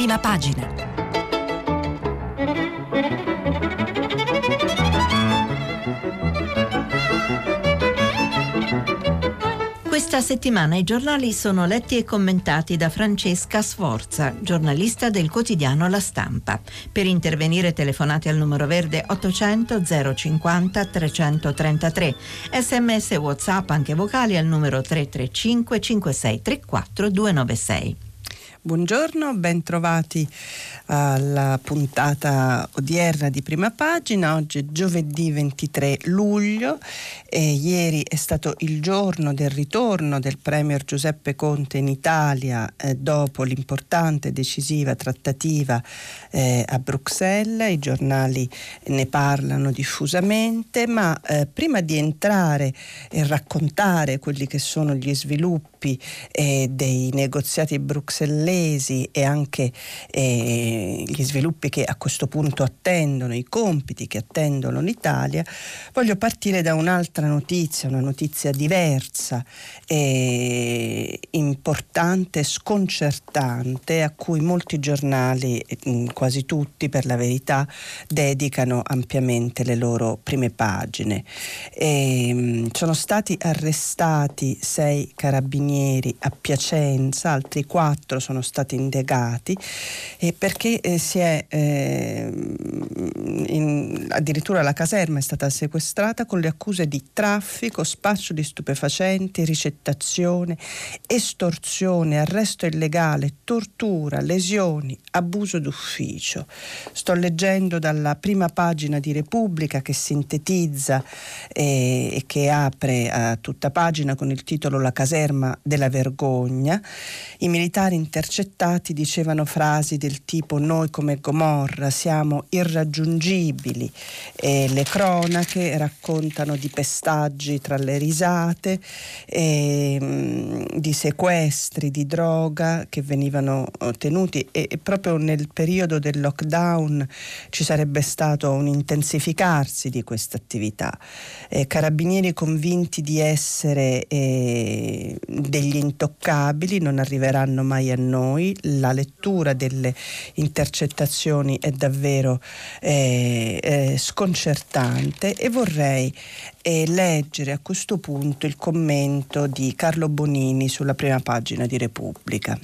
Prima pagina. Questa settimana i giornali sono letti e commentati da Francesca Sforza, giornalista del quotidiano La Stampa. Per intervenire telefonate al numero verde 800 050 333, sms e WhatsApp anche vocali al numero 335 5634 296. Buongiorno, ben trovati alla puntata odierna di Prima Pagina. Oggi è giovedì 23 luglio e ieri è stato il giorno del ritorno del Premier Giuseppe Conte in Italia dopo l'importante e decisiva trattativa a Bruxelles. I giornali ne parlano diffusamente, ma prima di entrare e raccontare quelli che sono gli sviluppi dei negoziati bruxellesi e anche gli sviluppi che a questo punto attendono, i compiti che attendono l'Italia, voglio partire da un'altra notizia, una notizia diversa, importante, sconcertante, a cui molti giornali, quasi tutti per la verità, dedicano ampiamente le loro prime pagine. Sono stati arrestati 6 carabinieri a Piacenza, altri 4 sono stati indagati perché addirittura la caserma è stata sequestrata con le accuse di traffico, spaccio di stupefacenti, ricettazione, estorsione, arresto illegale, tortura, lesioni, abuso d'ufficio. Sto leggendo dalla prima pagina di Repubblica, che sintetizza e che apre a tutta pagina con il titolo "La caserma della vergogna". I militari intercettati dicevano frasi del tipo: "Noi come Gomorra siamo irraggiungibili", e le cronache raccontano di pestaggi tra le risate, di sequestri di droga che venivano tenuti, e proprio nel periodo del lockdown ci sarebbe stato un intensificarsi di questa attività. Carabinieri convinti di essere degli intoccabili, non arriveranno mai a noi. La lettura delle intercettazioni è davvero sconcertante, e vorrei leggere a questo punto il commento di Carlo Bonini sulla prima pagina di Repubblica.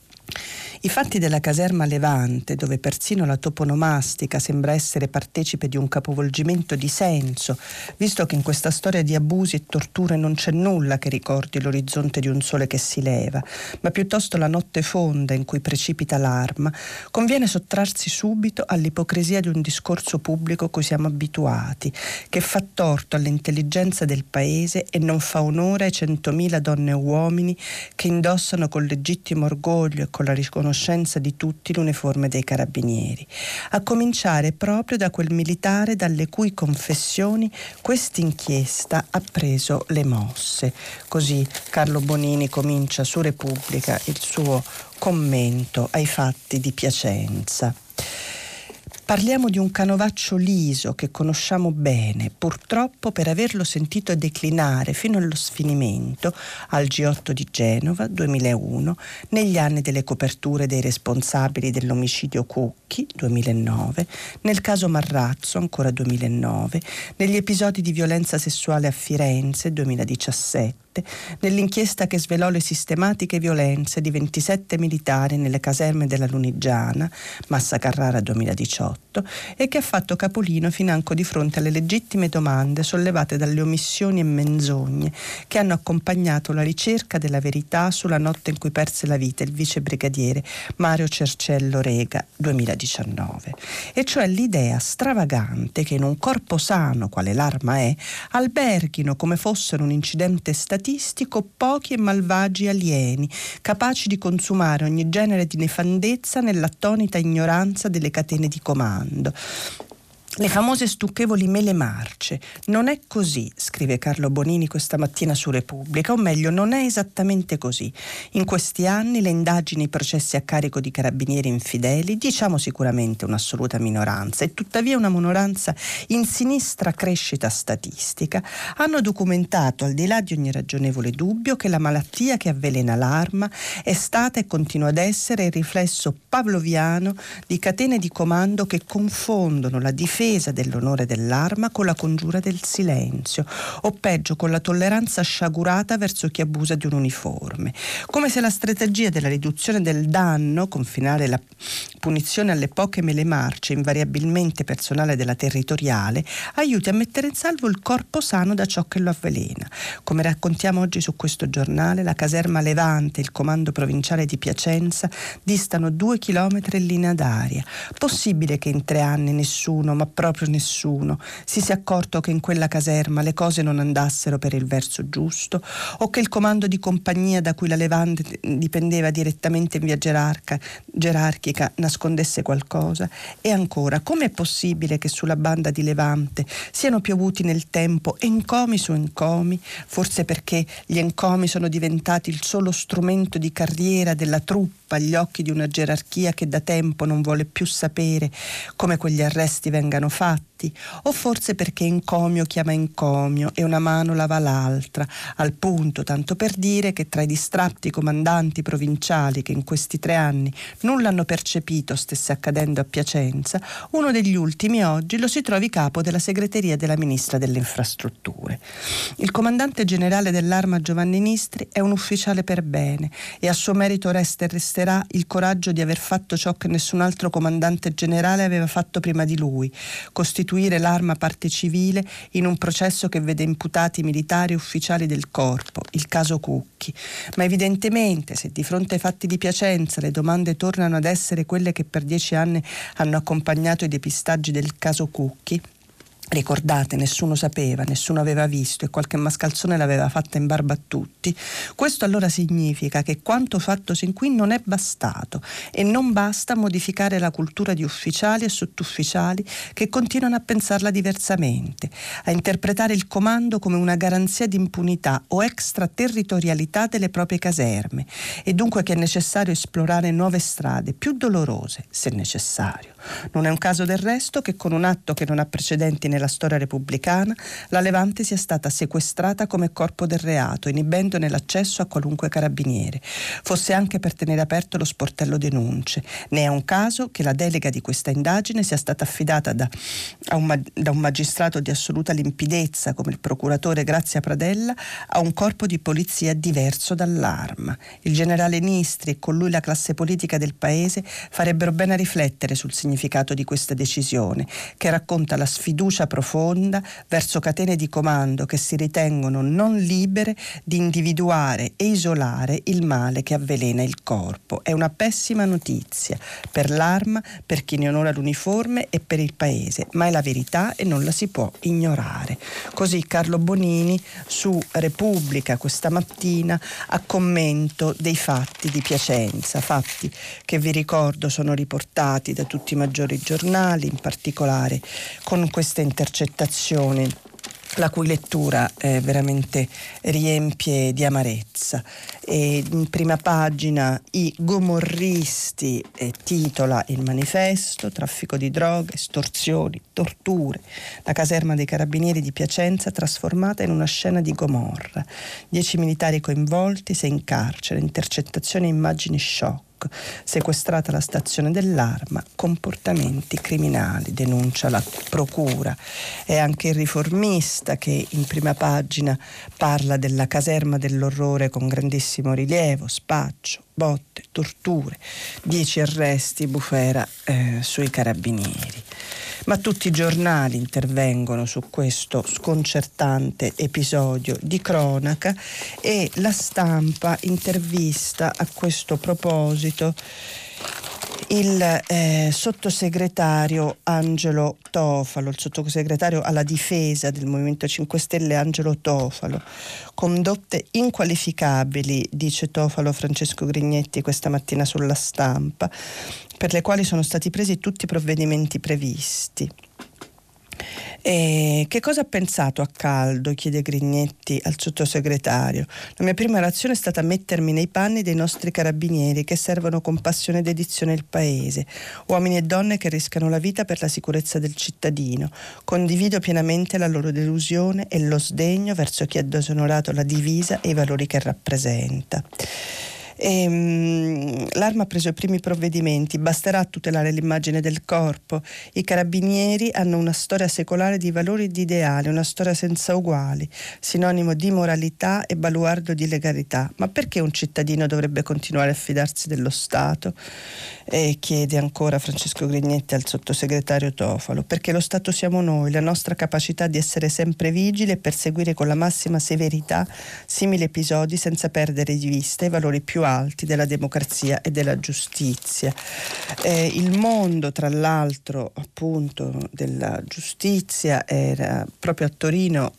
I fatti della caserma Levante, dove persino la toponomastica sembra essere partecipe di un capovolgimento di senso, visto che in questa storia di abusi e torture non c'è nulla che ricordi l'orizzonte di un sole che si leva, ma piuttosto la notte fonda in cui precipita l'arma, conviene sottrarsi subito all'ipocrisia di un discorso pubblico cui siamo abituati, che fa torto all'intelligenza del paese e non fa onore ai 100.000 donne e uomini che indossano con legittimo orgoglio e con la riconoscenza di tutti l'uniforme dei carabinieri, a cominciare proprio da quel militare dalle cui confessioni quest'inchiesta ha preso le mosse. Così Carlo Bonini comincia su Repubblica il suo commento ai fatti di Piacenza. Parliamo di un canovaccio liso che conosciamo bene, purtroppo per averlo sentito declinare fino allo sfinimento al G8 di Genova 2001, negli anni delle coperture dei responsabili dell'omicidio Cucchi 2009, nel caso Marrazzo ancora 2009, negli episodi di violenza sessuale a Firenze 2017, nell'inchiesta che svelò le sistematiche violenze di 27 militari nelle caserme della Lunigiana, Massa Carrara 2018, e che ha fatto capolino financo di fronte alle legittime domande sollevate dalle omissioni e menzogne che hanno accompagnato la ricerca della verità sulla notte in cui perse la vita il vice brigadiere Mario Cerciello Rega 2019, e cioè l'idea stravagante che in un corpo sano quale l'Arma è alberghino come fossero un incidente statistico pochi e malvagi alieni, capaci di consumare ogni genere di nefandezza nell'attonita ignoranza delle catene di comando. Le famose stucchevoli mele marce. Non è così, scrive Carlo Bonini questa mattina su Repubblica, o meglio, non è esattamente così. In questi anni le indagini e i processi a carico di carabinieri infideli, diciamo sicuramente un'assoluta minoranza, e tuttavia una minoranza in sinistra crescita statistica, hanno documentato, al di là di ogni ragionevole dubbio, che la malattia che avvelena l'Arma è stata e continua ad essere il riflesso pavloviano di catene di comando che confondono la difesa dell'onore dell'Arma con la congiura del silenzio, o peggio con la tolleranza sciagurata verso chi abusa di un uniforme, come se la strategia della riduzione del danno, confinare la punizione alle poche mele marce invariabilmente personale della territoriale, aiuti a mettere in salvo il corpo sano da ciò che lo avvelena. Come raccontiamo oggi su questo giornale, la caserma Levante e il comando provinciale di Piacenza distano 2 chilometri in linea d'aria. Possibile che in 3 anni nessuno, ma proprio nessuno, si sia accorto che in quella caserma le cose non andassero per il verso giusto, o che il comando di compagnia da cui la Levante dipendeva direttamente in via gerarchica nascondesse qualcosa? E ancora, come è possibile che sulla banda di Levante siano piovuti nel tempo encomi su encomi, forse perché gli encomi sono diventati il solo strumento di carriera della truppa agli occhi di una gerarchia che da tempo non vuole più sapere come quegli arresti vengano fatti, o forse perché encomio chiama encomio e una mano lava l'altra, al punto, tanto per dire, che tra i distratti comandanti provinciali che in questi 3 anni nulla hanno percepito stesse accadendo a Piacenza, uno degli ultimi oggi lo si trovi capo della segreteria della ministra delle infrastrutture. Il comandante generale dell'Arma Giovanni Nistri è un ufficiale per bene e a suo merito resta e resterà il coraggio di aver fatto ciò che nessun altro comandante generale aveva fatto prima di lui: costituire l'Arma parte civile in un processo che vede imputati militari e ufficiali del corpo, il caso Cucchi. Ma evidentemente, se di fronte ai fatti di Piacenza le domande tornano ad essere quelle che per 10 anni hanno accompagnato i depistaggi del caso Cucchi, ricordate, nessuno sapeva, nessuno aveva visto e qualche mascalzone l'aveva fatta in barba a tutti, questo allora significa che quanto fatto sin qui non è bastato, e non basta modificare la cultura di ufficiali e sottufficiali che continuano a pensarla diversamente, a interpretare il comando come una garanzia di impunità o extraterritorialità delle proprie caserme, e dunque che è necessario esplorare nuove strade, più dolorose se necessario. Non è un caso del resto che con un atto che non ha precedenti nella storia repubblicana la Levante sia stata sequestrata come corpo del reato, inibendone l'accesso a qualunque carabiniere, fosse anche per tenere aperto lo sportello denunce. Ne è un caso che la delega di questa indagine sia stata affidata da un magistrato di assoluta limpidezza come il procuratore Grazia Pradella a un corpo di polizia diverso dall'Arma. Il generale Nistri e con lui la classe politica del paese farebbero bene a riflettere sul significato di questa decisione, che racconta la sfiducia profonda verso catene di comando che si ritengono non libere di individuare e isolare il male che avvelena il corpo. È una pessima notizia per l'Arma, per chi ne onora l'uniforme e per il paese, ma è la verità e non la si può ignorare. Così Carlo Bonini su Repubblica questa mattina a commento dei fatti di Piacenza, fatti che vi ricordo sono riportati da tutti i maggiori giornali, in particolare con queste intercettazioni la cui lettura veramente riempie di amarezza. E in prima pagina i gomorristi, titola il manifesto: traffico di droghe, estorsioni, torture, la caserma dei carabinieri di Piacenza trasformata in una scena di Gomorra, 10 militari coinvolti, 6 in carcere, intercettazioni e immagini shock. Sequestrata la stazione dell'Arma, comportamenti criminali, denuncia la procura. È anche il Riformista che in prima pagina parla della caserma dell'orrore con grandissimo rilievo: spaccio, botte, torture, 10 arresti, bufera sui carabinieri. Ma tutti i giornali intervengono su questo sconcertante episodio di cronaca e La Stampa intervista a questo proposito il sottosegretario Angelo Tofalo, il sottosegretario alla difesa del Movimento 5 Stelle Angelo Tofalo. Condotte inqualificabili, dice Tofalo Francesco Grignetti questa mattina sulla Stampa, per le quali sono stati presi tutti i provvedimenti previsti. Che cosa ha pensato a caldo? Chiede Grignetti al sottosegretario. La mia prima reazione è stata mettermi nei panni dei nostri carabinieri che servono con passione e dedizione il paese, uomini e donne che rischiano la vita per la sicurezza del cittadino. Condivido pienamente la loro delusione e lo sdegno verso chi ha disonorato la divisa e i valori che rappresenta. L'Arma ha preso i primi provvedimenti, basterà a tutelare l'immagine del corpo. I carabinieri hanno una storia secolare di valori e di ideali, una storia senza uguali, sinonimo di moralità e baluardo di legalità. Ma perché un cittadino dovrebbe continuare a fidarsi dello Stato? Chiede ancora Francesco Grignetti al sottosegretario Tofalo. Perché lo Stato siamo noi, la nostra capacità di essere sempre vigili e perseguire con la massima severità simili episodi senza perdere di vista i valori più alti della democrazia e della giustizia. Il mondo, tra l'altro, appunto, della giustizia era proprio a Torino,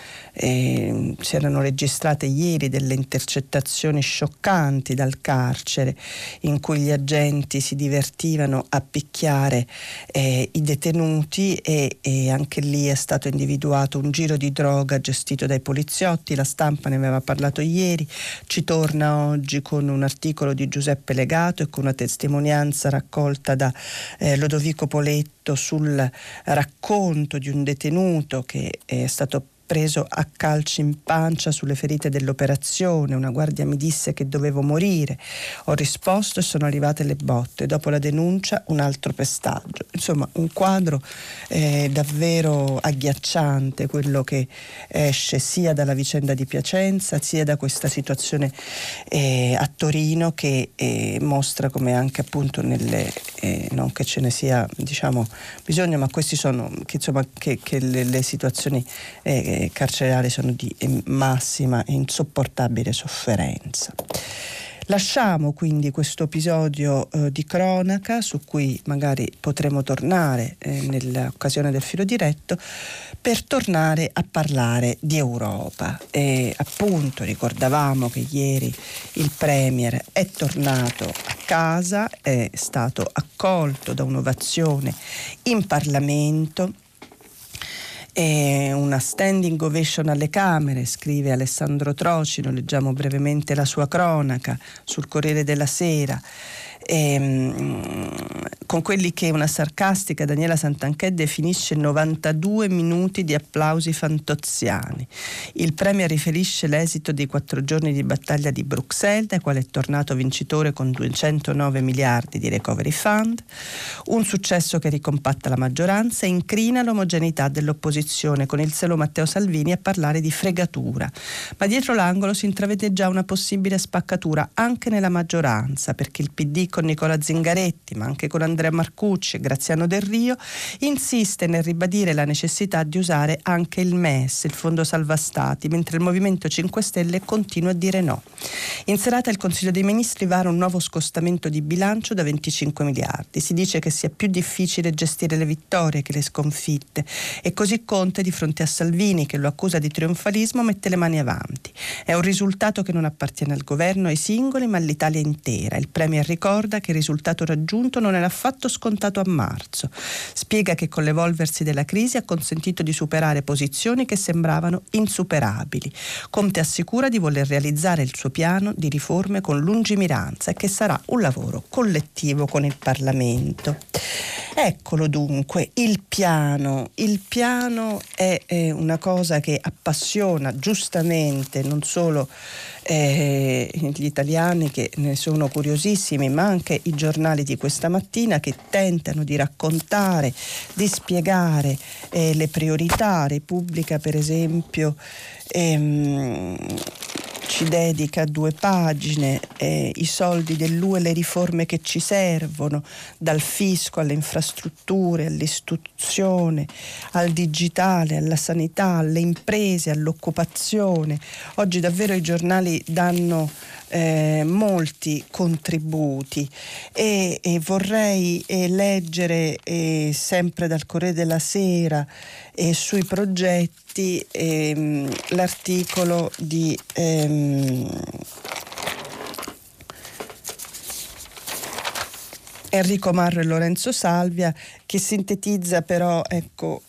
si erano registrate ieri delle intercettazioni scioccanti dal carcere in cui gli agenti si divertivano a picchiare i detenuti e anche lì è stato individuato un giro di droga gestito dai poliziotti. La Stampa ne aveva parlato ieri, ci torna oggi con un articolo di Giuseppe Legato e con una testimonianza raccolta da Lodovico Poletto sul racconto di un detenuto che è stato preso a calci in pancia sulle ferite dell'operazione. Una guardia mi disse che dovevo morire, ho risposto e sono arrivate le botte. Dopo la denuncia un altro pestaggio. Insomma, un quadro davvero agghiacciante, quello che esce sia dalla vicenda di Piacenza sia da questa situazione a Torino, che mostra come anche appunto nelle non che ce ne sia bisogno, ma questi sono che le situazioni carcerarie sono di massima e insopportabile sofferenza. Lasciamo quindi questo episodio di cronaca, su cui magari potremo tornare nell'occasione del filo diretto, per tornare a parlare di Europa. E appunto ricordavamo che ieri il Premier è tornato a casa, è stato accolto da un'ovazione in Parlamento. Una standing ovation alle Camere, scrive Alessandro Trocino, leggiamo brevemente la sua cronaca sul Corriere della Sera, con quelli che una sarcastica Daniela Santanchè definisce 92 minuti di applausi fantozziani. Il Premier riferisce l'esito dei 4 giorni di battaglia di Bruxelles, dai quale è tornato vincitore con 209 miliardi di recovery fund, un successo che ricompatta la maggioranza e incrina l'omogeneità dell'opposizione, con il solo Matteo Salvini a parlare di fregatura. Ma dietro l'angolo si intravede già una possibile spaccatura anche nella maggioranza, perché il PD con Nicola Zingaretti, ma anche con Andrea Marcucci e Graziano Del Rio, insiste nel ribadire la necessità di usare anche il MES, il Fondo Salva Stati, mentre il Movimento 5 Stelle continua a dire no. In serata il Consiglio dei Ministri vara un nuovo scostamento di bilancio da 25 miliardi. Si dice che sia più difficile gestire le vittorie che le sconfitte, e così Conte, di fronte a Salvini che lo accusa di trionfalismo, mette le mani avanti. È un risultato che non appartiene al governo, ai singoli, ma all'Italia intera. Il Premier ricorda che il risultato raggiunto non era affatto scontato a marzo. Spiega che con l'evolversi della crisi ha consentito di superare posizioni che sembravano insuperabili. Conte assicura di voler realizzare il suo piano di riforme con lungimiranza e che sarà un lavoro collettivo con il Parlamento. Eccolo dunque, il piano. Il piano è una cosa che appassiona giustamente non solo gli italiani, che ne sono curiosissimi, ma anche i giornali di questa mattina, che tentano di raccontare, di spiegare le priorità. Repubblica, per esempio, ci dedica 2 pagine, i soldi dell'UE, le riforme che ci servono, dal fisco alle infrastrutture, all'istruzione, al digitale, alla sanità, alle imprese, all'occupazione. Oggi davvero i giornali danno molti contributi e vorrei leggere sempre dal Corriere della Sera sui progetti l'articolo di Enrico Marro e Lorenzo Salvia, che sintetizza però, ecco,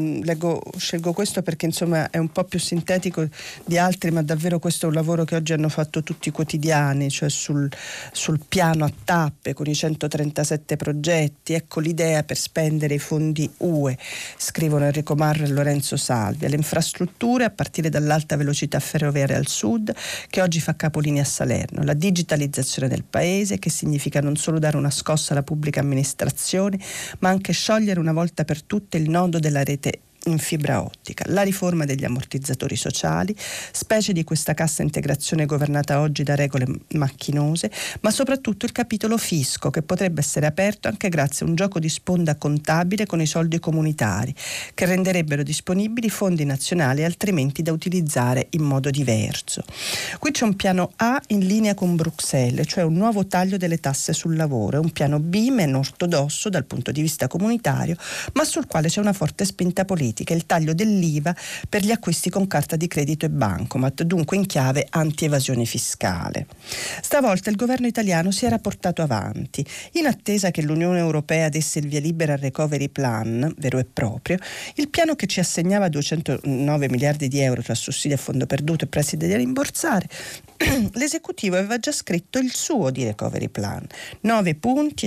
scelgo questo perché insomma è un po' più sintetico di altri, ma davvero questo è un lavoro che oggi hanno fatto tutti i quotidiani, cioè sul piano a tappe con i 137 progetti. Ecco l'idea per spendere i fondi UE, scrivono Enrico Marro e Lorenzo Salvia: le infrastrutture a partire dall'alta velocità ferroviaria al sud, che oggi fa capolinea a Salerno, la digitalizzazione del paese, che significa non solo dare una scossa alla pubblica amministrazione, ma anche sciogliere una volta per tutte il nodo della rete in fibra ottica, la riforma degli ammortizzatori sociali, specie di questa cassa integrazione governata oggi da regole macchinose, ma soprattutto il capitolo fisco, che potrebbe essere aperto anche grazie a un gioco di sponda contabile con i soldi comunitari, che renderebbero disponibili fondi nazionali altrimenti da utilizzare in modo diverso. Qui c'è un piano A in linea con Bruxelles, cioè un nuovo taglio delle tasse sul lavoro, e un piano B meno ortodosso dal punto di vista comunitario, ma sul quale c'è una forte spinta politica, il taglio dell'IVA per gli acquisti con carta di credito e bancomat, dunque in chiave anti-evasione fiscale. Stavolta il governo italiano si era portato avanti. In attesa che l'Unione Europea desse il via libera al recovery plan, vero e proprio, il piano che ci assegnava 209 miliardi di euro tra sussidi a fondo perduto e prestiti da rimborsare, l'esecutivo aveva già scritto il suo di recovery plan, 9 punti e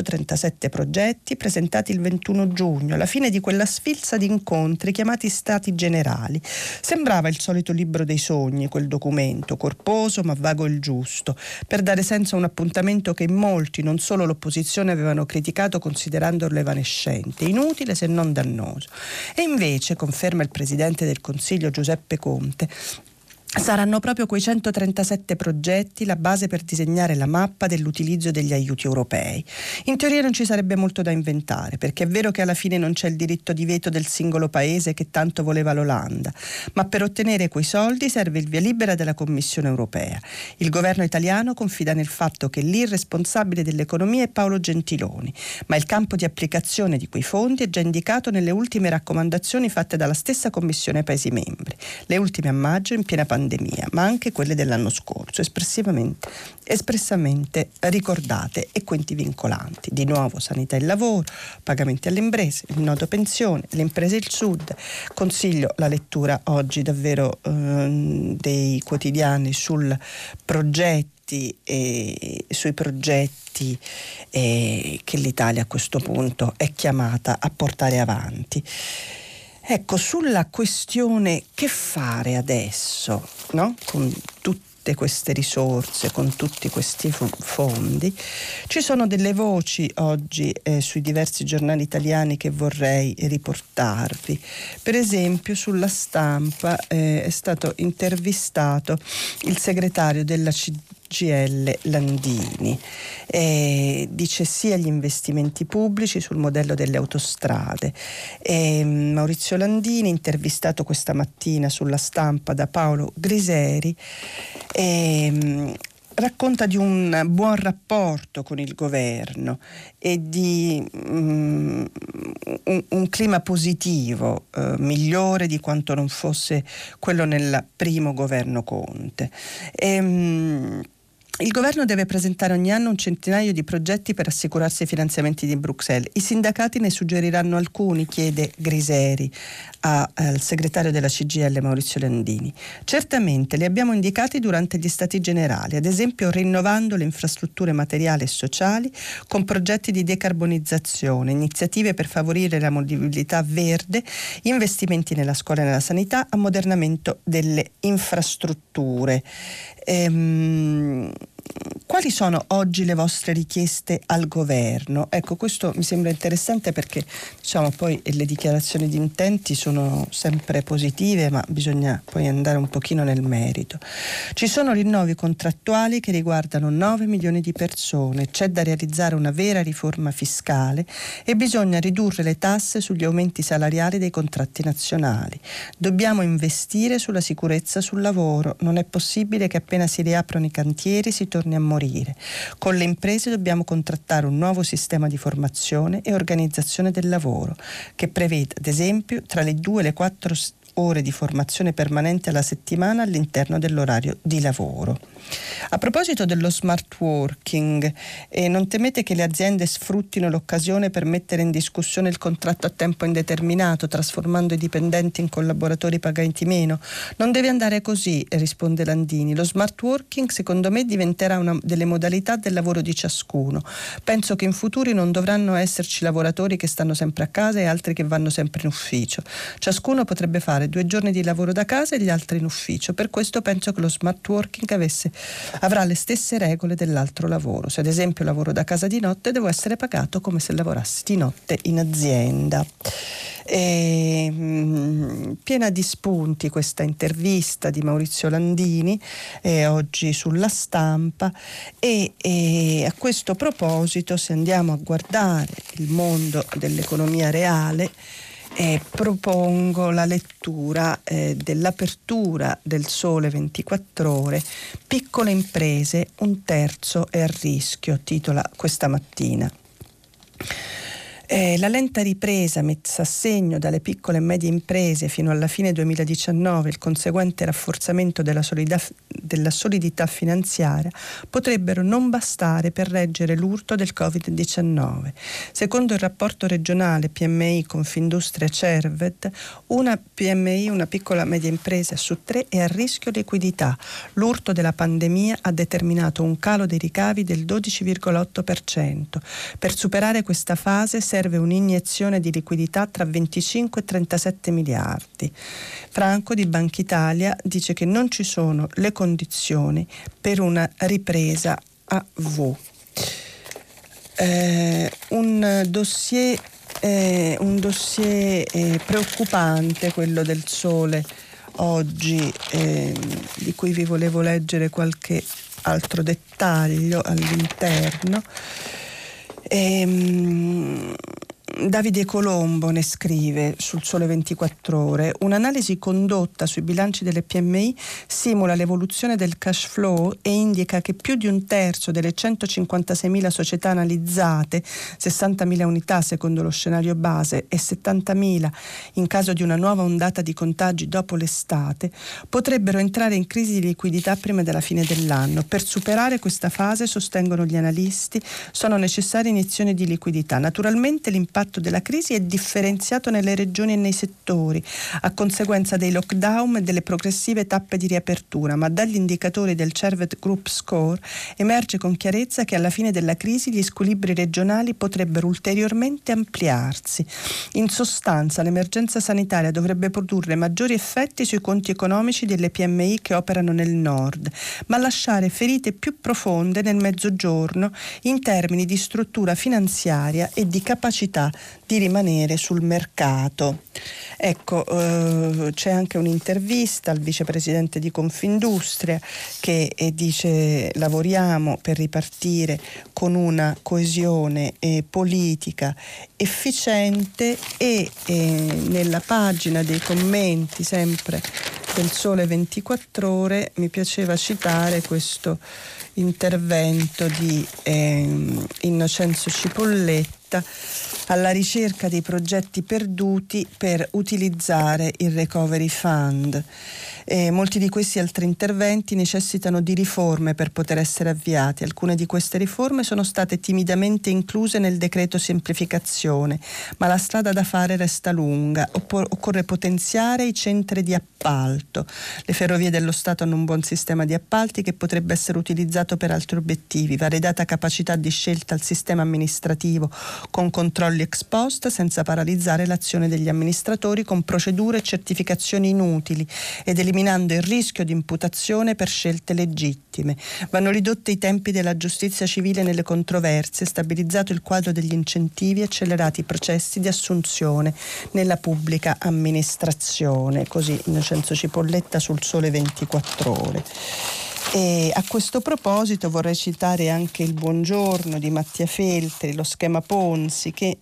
137 progetti presentati il 21 giugno, alla fine di quella sfilza di incontri chiamati Stati Generali. Sembrava il solito libro dei sogni, quel documento, corposo ma vago il giusto, per dare senso a un appuntamento che in molti, non solo l'opposizione, avevano criticato considerandolo evanescente, inutile se non dannoso. E invece, conferma il Presidente del Consiglio Giuseppe Conte, saranno proprio quei 137 progetti la base per disegnare la mappa dell'utilizzo degli aiuti europei. In teoria non ci sarebbe molto da inventare, perché è vero che alla fine non c'è il diritto di veto del singolo paese che tanto voleva l'Olanda, ma per ottenere quei soldi serve il via libera della Commissione europea. Il governo italiano confida nel fatto che lì il responsabile dell'economia è Paolo Gentiloni, ma il campo di applicazione di quei fondi è già indicato nelle ultime raccomandazioni fatte dalla stessa Commissione ai Paesi membri, le ultime a maggio in piena pandemia, ma anche quelle dell'anno scorso, espressamente ricordate e quindi vincolanti. Di nuovo sanità e lavoro, pagamenti alle imprese, il nodo pensione, le imprese il sud. Consiglio la lettura oggi davvero dei quotidiani sui progetti che l'Italia a questo punto è chiamata a portare avanti. Ecco, sulla questione che fare adesso, no? Con tutte queste risorse, con tutti questi fondi, ci sono delle voci oggi sui diversi giornali italiani che vorrei riportarvi. Per esempio, sulla Stampa è stato intervistato il segretario della CGIL Landini. Dice sì agli investimenti pubblici sul modello delle autostrade. Maurizio Landini, intervistato questa mattina sulla Stampa da Paolo Griseri, racconta di un buon rapporto con il governo e di un clima positivo, migliore di quanto non fosse quello nel primo governo Conte. Il governo deve presentare ogni anno un centinaio di progetti per assicurarsi i finanziamenti di Bruxelles. I sindacati ne suggeriranno alcuni, chiede Griseri al segretario della CGIL Maurizio Landini. Certamente li abbiamo indicati durante gli Stati Generali, ad esempio rinnovando le infrastrutture materiali e sociali con progetti di decarbonizzazione, iniziative per favorire la mobilità verde, investimenti nella scuola e nella sanità, ammodernamento delle infrastrutture. Quali sono oggi le vostre richieste al governo? Ecco, questo mi sembra interessante perché poi le dichiarazioni di intenti sono sempre positive, ma bisogna poi andare un pochino nel merito. Ci sono rinnovi contrattuali che riguardano 9 milioni di persone, c'è da realizzare una vera riforma fiscale e bisogna ridurre le tasse sugli aumenti salariali dei contratti nazionali. Dobbiamo investire sulla sicurezza sul lavoro, non è possibile che appena si riaprono i cantieri si torni a morire. Con le imprese dobbiamo contrattare un nuovo sistema di formazione e organizzazione del lavoro che preveda, ad esempio, tra le 2 e le 4 ore di formazione permanente alla settimana all'interno dell'orario di lavoro. A proposito dello smart working, non temete che le aziende sfruttino l'occasione per mettere in discussione il contratto a tempo indeterminato, trasformando i dipendenti in collaboratori pagati meno? Non deve andare così, risponde Landini. Lo smart working, secondo me, diventerà una delle modalità del lavoro di ciascuno. Penso che in futuro non dovranno esserci lavoratori che stanno sempre a casa e altri che vanno sempre in ufficio. Ciascuno potrebbe fare 2 giorni di lavoro da casa e gli altri in ufficio. Per questo penso che lo smart working avrà le stesse regole dell'altro lavoro. Se ad esempio lavoro da casa di notte, devo essere pagato come se lavorassi di notte in azienda. Piena di spunti questa intervista di Maurizio Landini oggi sulla Stampa e a questo proposito, se andiamo a guardare il mondo dell'economia reale, propongo la lettura dell'apertura del Sole 24 Ore, piccole imprese, 1/3 è a rischio, titola questa mattina. La lenta ripresa messa a segno dalle piccole e medie imprese fino alla fine 2019 e il conseguente rafforzamento della solidità finanziaria potrebbero non bastare per reggere l'urto del Covid-19. Secondo il rapporto regionale PMI Confindustria Cerved, una PMI, una piccola e media impresa su 3, è a rischio liquidità. L'urto della pandemia ha determinato un calo dei ricavi del 12,8%. Per superare questa fase serve un'iniezione di liquidità tra 25 e 37 miliardi. Franco di Banca Italia dice che non ci sono le condizioni per una ripresa a V. Un dossier preoccupante, quello del Sole oggi, di cui vi volevo leggere qualche altro dettaglio all'interno. Davide Colombo ne scrive sul Sole 24 Ore: un'analisi condotta sui bilanci delle PMI simula l'evoluzione del cash flow e indica che più di 1/3 delle 156.000 società analizzate, 60.000 unità secondo lo scenario base e 70.000 in caso di una nuova ondata di contagi dopo l'estate, potrebbero entrare in crisi di liquidità prima della fine dell'anno. Per superare questa fase, sostengono gli analisti, sono necessarie iniezioni di liquidità. Naturalmente l'impatto della crisi è differenziato nelle regioni e nei settori a conseguenza dei lockdown e delle progressive tappe di riapertura, ma dagli indicatori del Cerved Group Score emerge con chiarezza che alla fine della crisi gli squilibri regionali potrebbero ulteriormente ampliarsi. In sostanza, l'emergenza sanitaria dovrebbe produrre maggiori effetti sui conti economici delle PMI che operano nel nord, ma lasciare ferite più profonde nel mezzogiorno in termini di struttura finanziaria e di capacità di rimanere sul mercato. Ecco, c'è anche un'intervista al vicepresidente di Confindustria che dice: lavoriamo per ripartire con una coesione politica efficiente, e nella pagina dei commenti sempre del Sole 24 Ore mi piaceva citare questo intervento di Innocenzo Cipolletta: alla ricerca dei progetti perduti per utilizzare il Recovery Fund. Molti di questi altri interventi necessitano di riforme per poter essere avviati. Alcune di queste riforme sono state timidamente incluse nel decreto semplificazione, ma la strada da fare resta lunga. Occorre potenziare i centri di appalto. Le ferrovie dello Stato hanno un buon sistema di appalti che potrebbe essere utilizzato per altri obiettivi. Va ridata capacità di scelta al sistema amministrativo con controlli ex post, senza paralizzare l'azione degli amministratori con procedure e certificazioni inutili ed eliminando il rischio di imputazione per scelte legittime. Vanno ridotti i tempi della giustizia civile nelle controversie, stabilizzato il quadro degli incentivi e accelerati i processi di assunzione nella pubblica amministrazione. Così Innocenzo Cipolletta sul Sole 24 Ore. E a questo proposito vorrei citare anche il Buongiorno di Mattia Feltri, lo schema Ponzi, che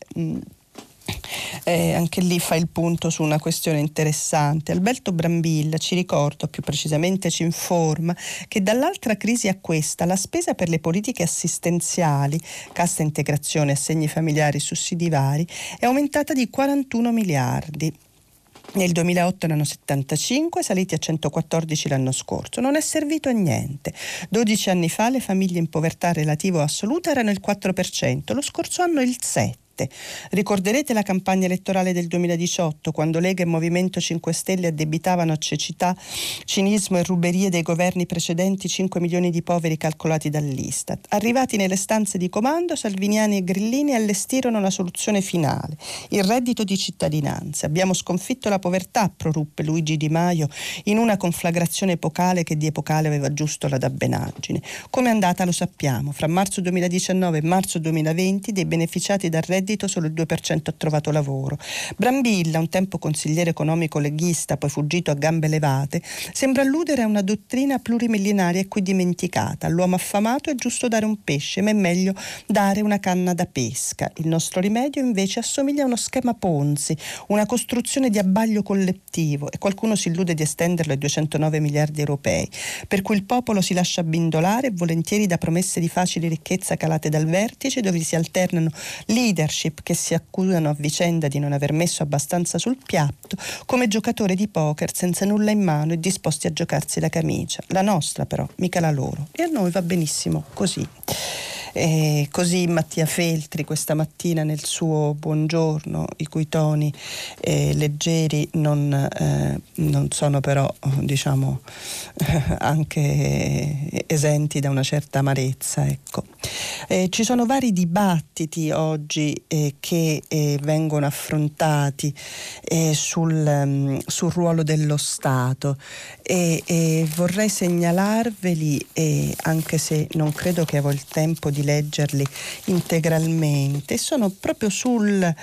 anche lì fa il punto su una questione interessante. Alberto Brambilla ci ricorda, più precisamente ci informa, che dall'altra crisi a questa la spesa per le politiche assistenziali, cassa integrazione, assegni familiari, sussidi vari, è aumentata di 41 miliardi. Nel 2008 erano 75, saliti a 114 l'anno scorso. Non è servito a niente. 12 anni fa le famiglie in povertà relativa o assoluta erano il 4%, lo scorso anno il 7%. Ricorderete la campagna elettorale del 2018, quando Lega e Movimento 5 Stelle addebitavano a cecità, cinismo e ruberie dei governi precedenti 5 milioni di poveri calcolati dall'Istat. Arrivati nelle stanze di comando, Salviniani e Grillini allestirono la soluzione finale, il reddito di cittadinanza. Abbiamo sconfitto la povertà, proruppe Luigi Di Maio in una conflagrazione epocale che di epocale aveva giusto la dabbenaggine. Come è andata lo sappiamo. Fra marzo 2019 e marzo 2020 dei beneficiati dal reddito solo il 2% ha trovato lavoro. Brambilla, un tempo consigliere economico leghista, poi fuggito a gambe levate, sembra alludere a una dottrina plurimillenaria e qui dimenticata. All'uomo affamato è giusto dare un pesce, ma è meglio dare una canna da pesca. Il nostro rimedio invece assomiglia a uno schema Ponzi, una costruzione di abbaglio collettivo, e qualcuno si illude di estenderlo ai 209 miliardi europei, per cui il popolo si lascia abbindolare volentieri da promesse di facile ricchezza calate dal vertice, dove si alternano leadership che si accusano a vicenda di non aver messo abbastanza sul piatto, come giocatori di poker senza nulla in mano e disposti a giocarsi la camicia. La nostra però, mica la loro. E a noi va benissimo così. Così Mattia Feltri questa mattina nel suo Buongiorno, i cui toni leggeri non sono però diciamo anche esenti da una certa amarezza, ecco. Ci sono vari dibattiti oggi che vengono affrontati sul ruolo dello Stato e vorrei segnalarveli, anche se non credo che avrò il tempo di leggerli integralmente. Sono proprio sul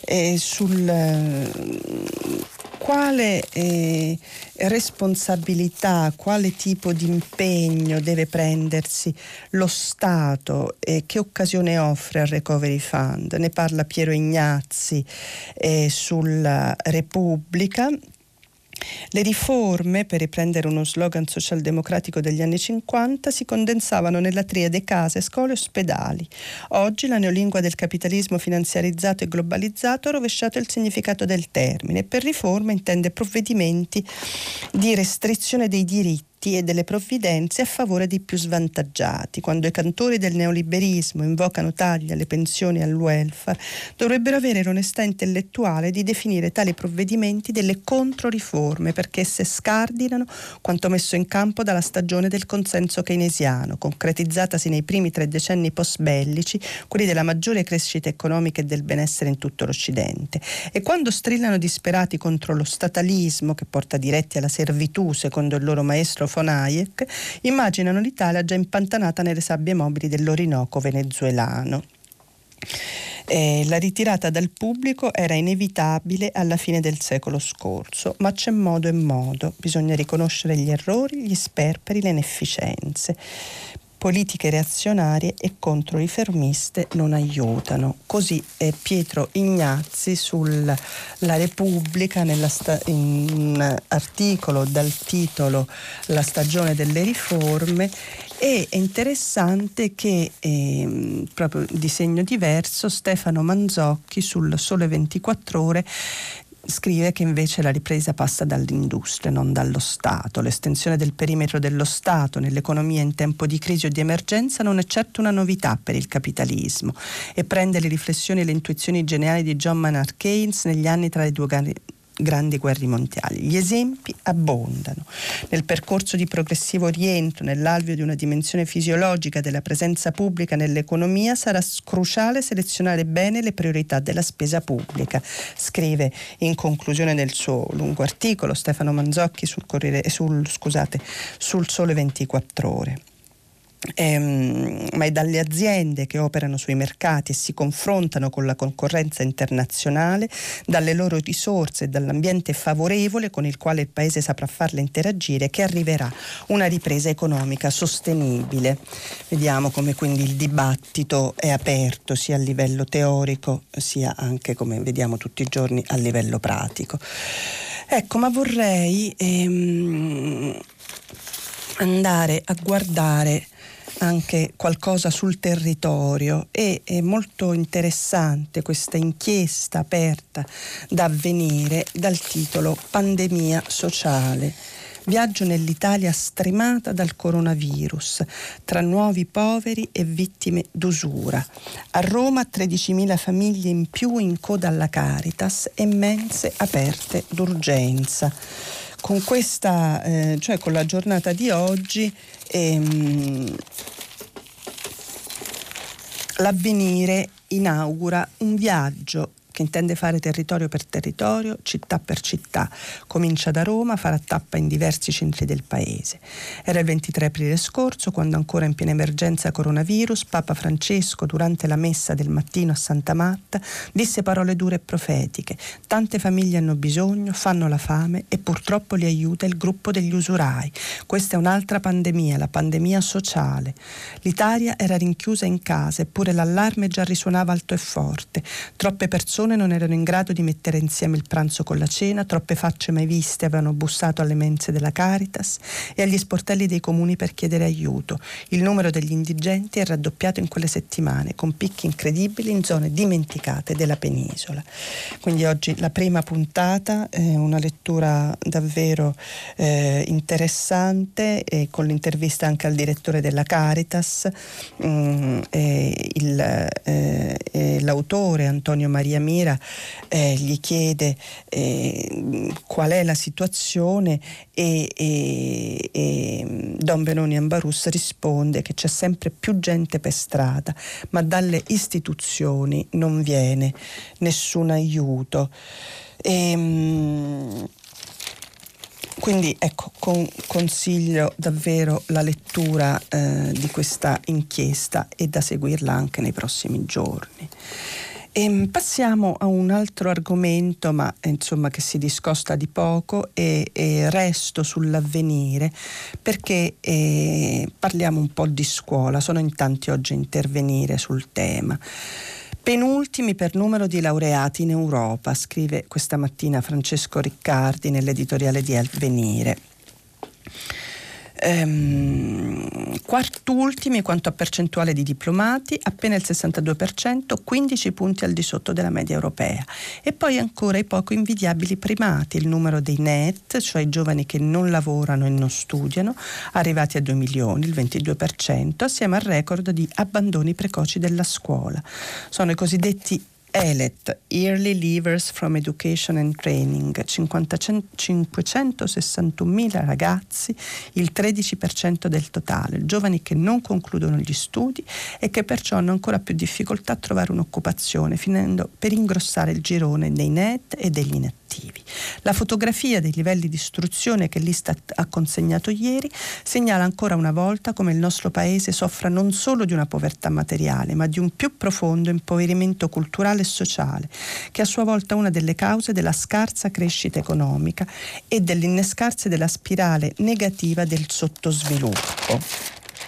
quale responsabilità, quale tipo di impegno deve prendersi lo Stato e che occasione offre al Recovery Fund. Ne parla Piero Ignazzi sulla Repubblica. Le riforme, per riprendere uno slogan socialdemocratico degli anni 50, si condensavano nella triade case, scuole e ospedali. Oggi la neolingua del capitalismo finanziarizzato e globalizzato ha rovesciato il significato del termine. Per riforma intende provvedimenti di restrizione dei diritti e delle provvidenze a favore dei più svantaggiati. Quando i cantori del neoliberismo invocano tagli alle pensioni e al welfare, dovrebbero avere l'onestà intellettuale di definire tali provvedimenti delle controriforme, perché esse scardinano quanto messo in campo dalla stagione del consenso keynesiano, concretizzatasi nei primi 3 decenni post-bellici, quelli della maggiore crescita economica e del benessere in tutto l'Occidente. E quando strillano disperati contro lo statalismo che porta diretti alla servitù, secondo il loro maestro von Hayek, immaginano l'Italia già impantanata nelle sabbie mobili dell'Orinoco venezuelano. La ritirata dal pubblico era inevitabile alla fine del secolo scorso, ma c'è modo e modo, bisogna riconoscere gli errori, gli sperperi, le inefficienze. Politiche reazionarie e controriformiste non aiutano. Così Pietro Ignazzi sulla Repubblica in un articolo dal titolo La stagione delle riforme. E è interessante che proprio di segno diverso Stefano Manzocchi sul Sole 24 Ore scrive che invece la ripresa passa dall'industria, non dallo Stato. L'estensione del perimetro dello Stato nell'economia in tempo di crisi o di emergenza non è certo una novità per il capitalismo e prende le riflessioni e le intuizioni geniali di John Maynard Keynes negli anni tra le due grandi guerre mondiali. Gli esempi abbondano. Nel percorso di progressivo rientro nell'alveo di una dimensione fisiologica della presenza pubblica nell'economia sarà cruciale selezionare bene le priorità della spesa pubblica, scrive in conclusione del suo lungo articolo Stefano Manzocchi sul Sole 24 Ore. Ma è dalle aziende che operano sui mercati e si confrontano con la concorrenza internazionale, dalle loro risorse e dall'ambiente favorevole con il quale il Paese saprà farle interagire, che arriverà una ripresa economica sostenibile. Vediamo come quindi il dibattito è aperto sia a livello teorico sia anche, come vediamo tutti i giorni, a livello pratico. Ecco, ma vorrei andare a guardare anche qualcosa sul territorio e è molto interessante questa inchiesta aperta da Avvenire dal titolo Pandemia sociale. Viaggio nell'Italia stremata dal coronavirus, tra nuovi poveri e vittime d'usura. A Roma 13.000 famiglie in più in coda alla Caritas e mense aperte d'urgenza. Con questa, cioè con la giornata di oggi, l'Avvenire inaugura un viaggio che intende fare territorio per territorio, città per città. Comincia da Roma, farà tappa in diversi centri del paese. Era il 23 aprile scorso, quando ancora in piena emergenza coronavirus, Papa Francesco, durante la messa del mattino a Santa Marta, disse parole dure e profetiche. Tante famiglie hanno bisogno, fanno la fame e purtroppo li aiuta il gruppo degli usurai. Questa è un'altra pandemia, la pandemia sociale. L'Italia era rinchiusa in casa, eppure l'allarme già risuonava alto e forte. Troppe persone non erano in grado di mettere insieme il pranzo con la cena, troppe facce mai viste avevano bussato alle mense della Caritas e agli sportelli dei comuni per chiedere aiuto. Il numero degli indigenti è raddoppiato in quelle settimane, con picchi incredibili in zone dimenticate della penisola. Quindi oggi la prima puntata è una lettura davvero interessante, con l'intervista anche al direttore della Caritas, l'autore Antonio Maria Mira gli chiede qual è la situazione e Don Benoni Ambarus risponde che c'è sempre più gente per strada, ma dalle istituzioni non viene nessun aiuto. Quindi ecco, consiglio davvero la lettura di questa inchiesta e da seguirla anche nei prossimi giorni. Passiamo a un altro argomento, ma insomma che si discosta di poco, e resto sull'Avvenire perché parliamo un po' di scuola. Sono in tanti oggi a intervenire sul tema. Penultimi per numero di laureati in Europa, scrive questa mattina Francesco Riccardi nell'editoriale di Avvenire. Quartultimi quanto a percentuale di diplomati, appena il 62%, 15 punti al di sotto della media europea. E poi ancora i poco invidiabili primati, il numero dei NEET, cioè i giovani che non lavorano e non studiano, arrivati a 2 milioni, il 22%, assieme al record di abbandoni precoci della scuola. Sono i cosiddetti ELET, Early Leavers from Education and Training, 561.000 ragazzi, il 13% del totale, giovani che non concludono gli studi e che perciò hanno ancora più difficoltà a trovare un'occupazione, finendo per ingrossare il girone dei NEET e degli inattivi. La fotografia dei livelli di istruzione che l'Istat ha consegnato ieri segnala ancora una volta come il nostro paese soffra non solo di una povertà materiale, ma di un più profondo impoverimento culturale e sociale, che a sua volta è una delle cause della scarsa crescita economica e dell'innescarsi della spirale negativa del sottosviluppo.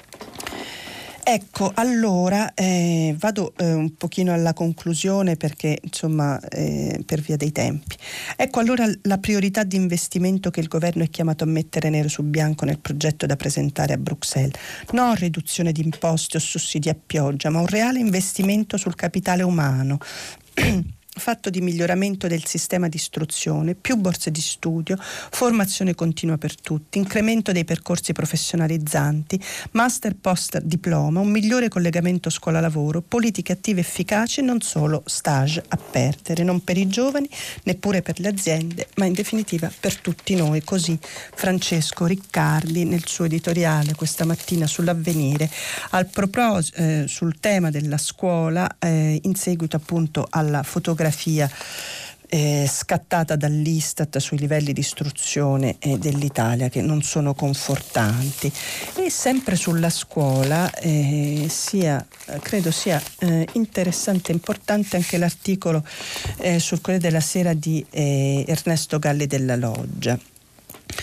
Ecco, allora vado un pochino alla conclusione perché insomma per via dei tempi. Ecco allora la priorità di investimento che il governo è chiamato a mettere nero su bianco nel progetto da presentare a Bruxelles. Non riduzione di imposte o sussidi a pioggia, ma un reale investimento sul capitale umano. Fatto di miglioramento del sistema di istruzione, più borse di studio, formazione continua per tutti, incremento dei percorsi professionalizzanti, master post diploma, un migliore collegamento scuola-lavoro, politiche attive efficaci e non solo stage a perdere, non per i giovani, neppure per le aziende, ma in definitiva per tutti noi. Così Francesco Riccardi nel suo editoriale questa mattina sull'Avvenire sul tema della scuola in seguito appunto alla fotografia scattata dall'Istat sui livelli di istruzione dell'Italia che non sono confortanti. E sempre sulla scuola credo sia interessante e importante anche l'articolo sul Corriere della Sera di Ernesto Galli della Loggia.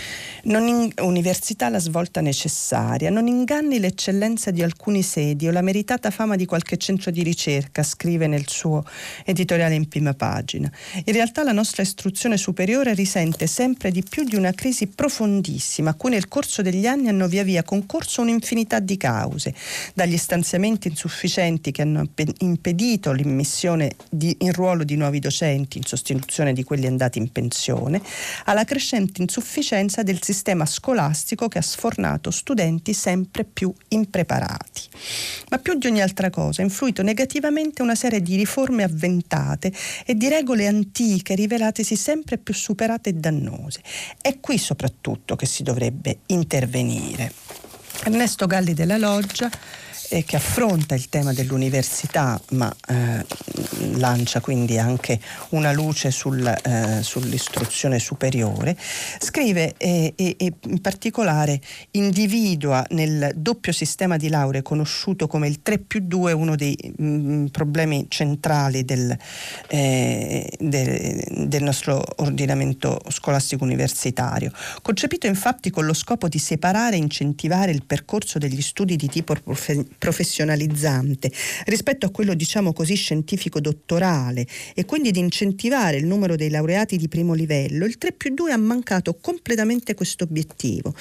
Università la svolta necessaria, non inganni l'eccellenza di alcuni sedi o la meritata fama di qualche centro di ricerca, scrive nel suo editoriale in prima pagina. In realtà la nostra istruzione superiore risente sempre di più di una crisi profondissima, a cui nel corso degli anni hanno via via concorso un'infinità di cause, dagli stanziamenti insufficienti che hanno impedito l'immissione in ruolo di nuovi docenti in sostituzione di quelli andati in pensione, alla crescente insufficienza del sistema scolastico che ha sfornato studenti sempre più impreparati. Ma più di ogni altra cosa ha influito negativamente una serie di riforme avventate e di regole antiche rivelatesi sempre più superate e dannose. È qui soprattutto che si dovrebbe intervenire. Ernesto Galli della Loggia, che affronta il tema dell'università, ma lancia quindi anche una luce sull'istruzione superiore, scrive e in particolare individua nel doppio sistema di lauree conosciuto come il 3+2 uno dei problemi centrali del nostro ordinamento scolastico universitario, concepito infatti con lo scopo di separare e incentivare il percorso degli studi di tipo professionalizzante rispetto a quello, diciamo così, scientifico dottorale, e quindi di incentivare il numero dei laureati di primo livello. Il 3+2 ha mancato completamente questo obiettivo.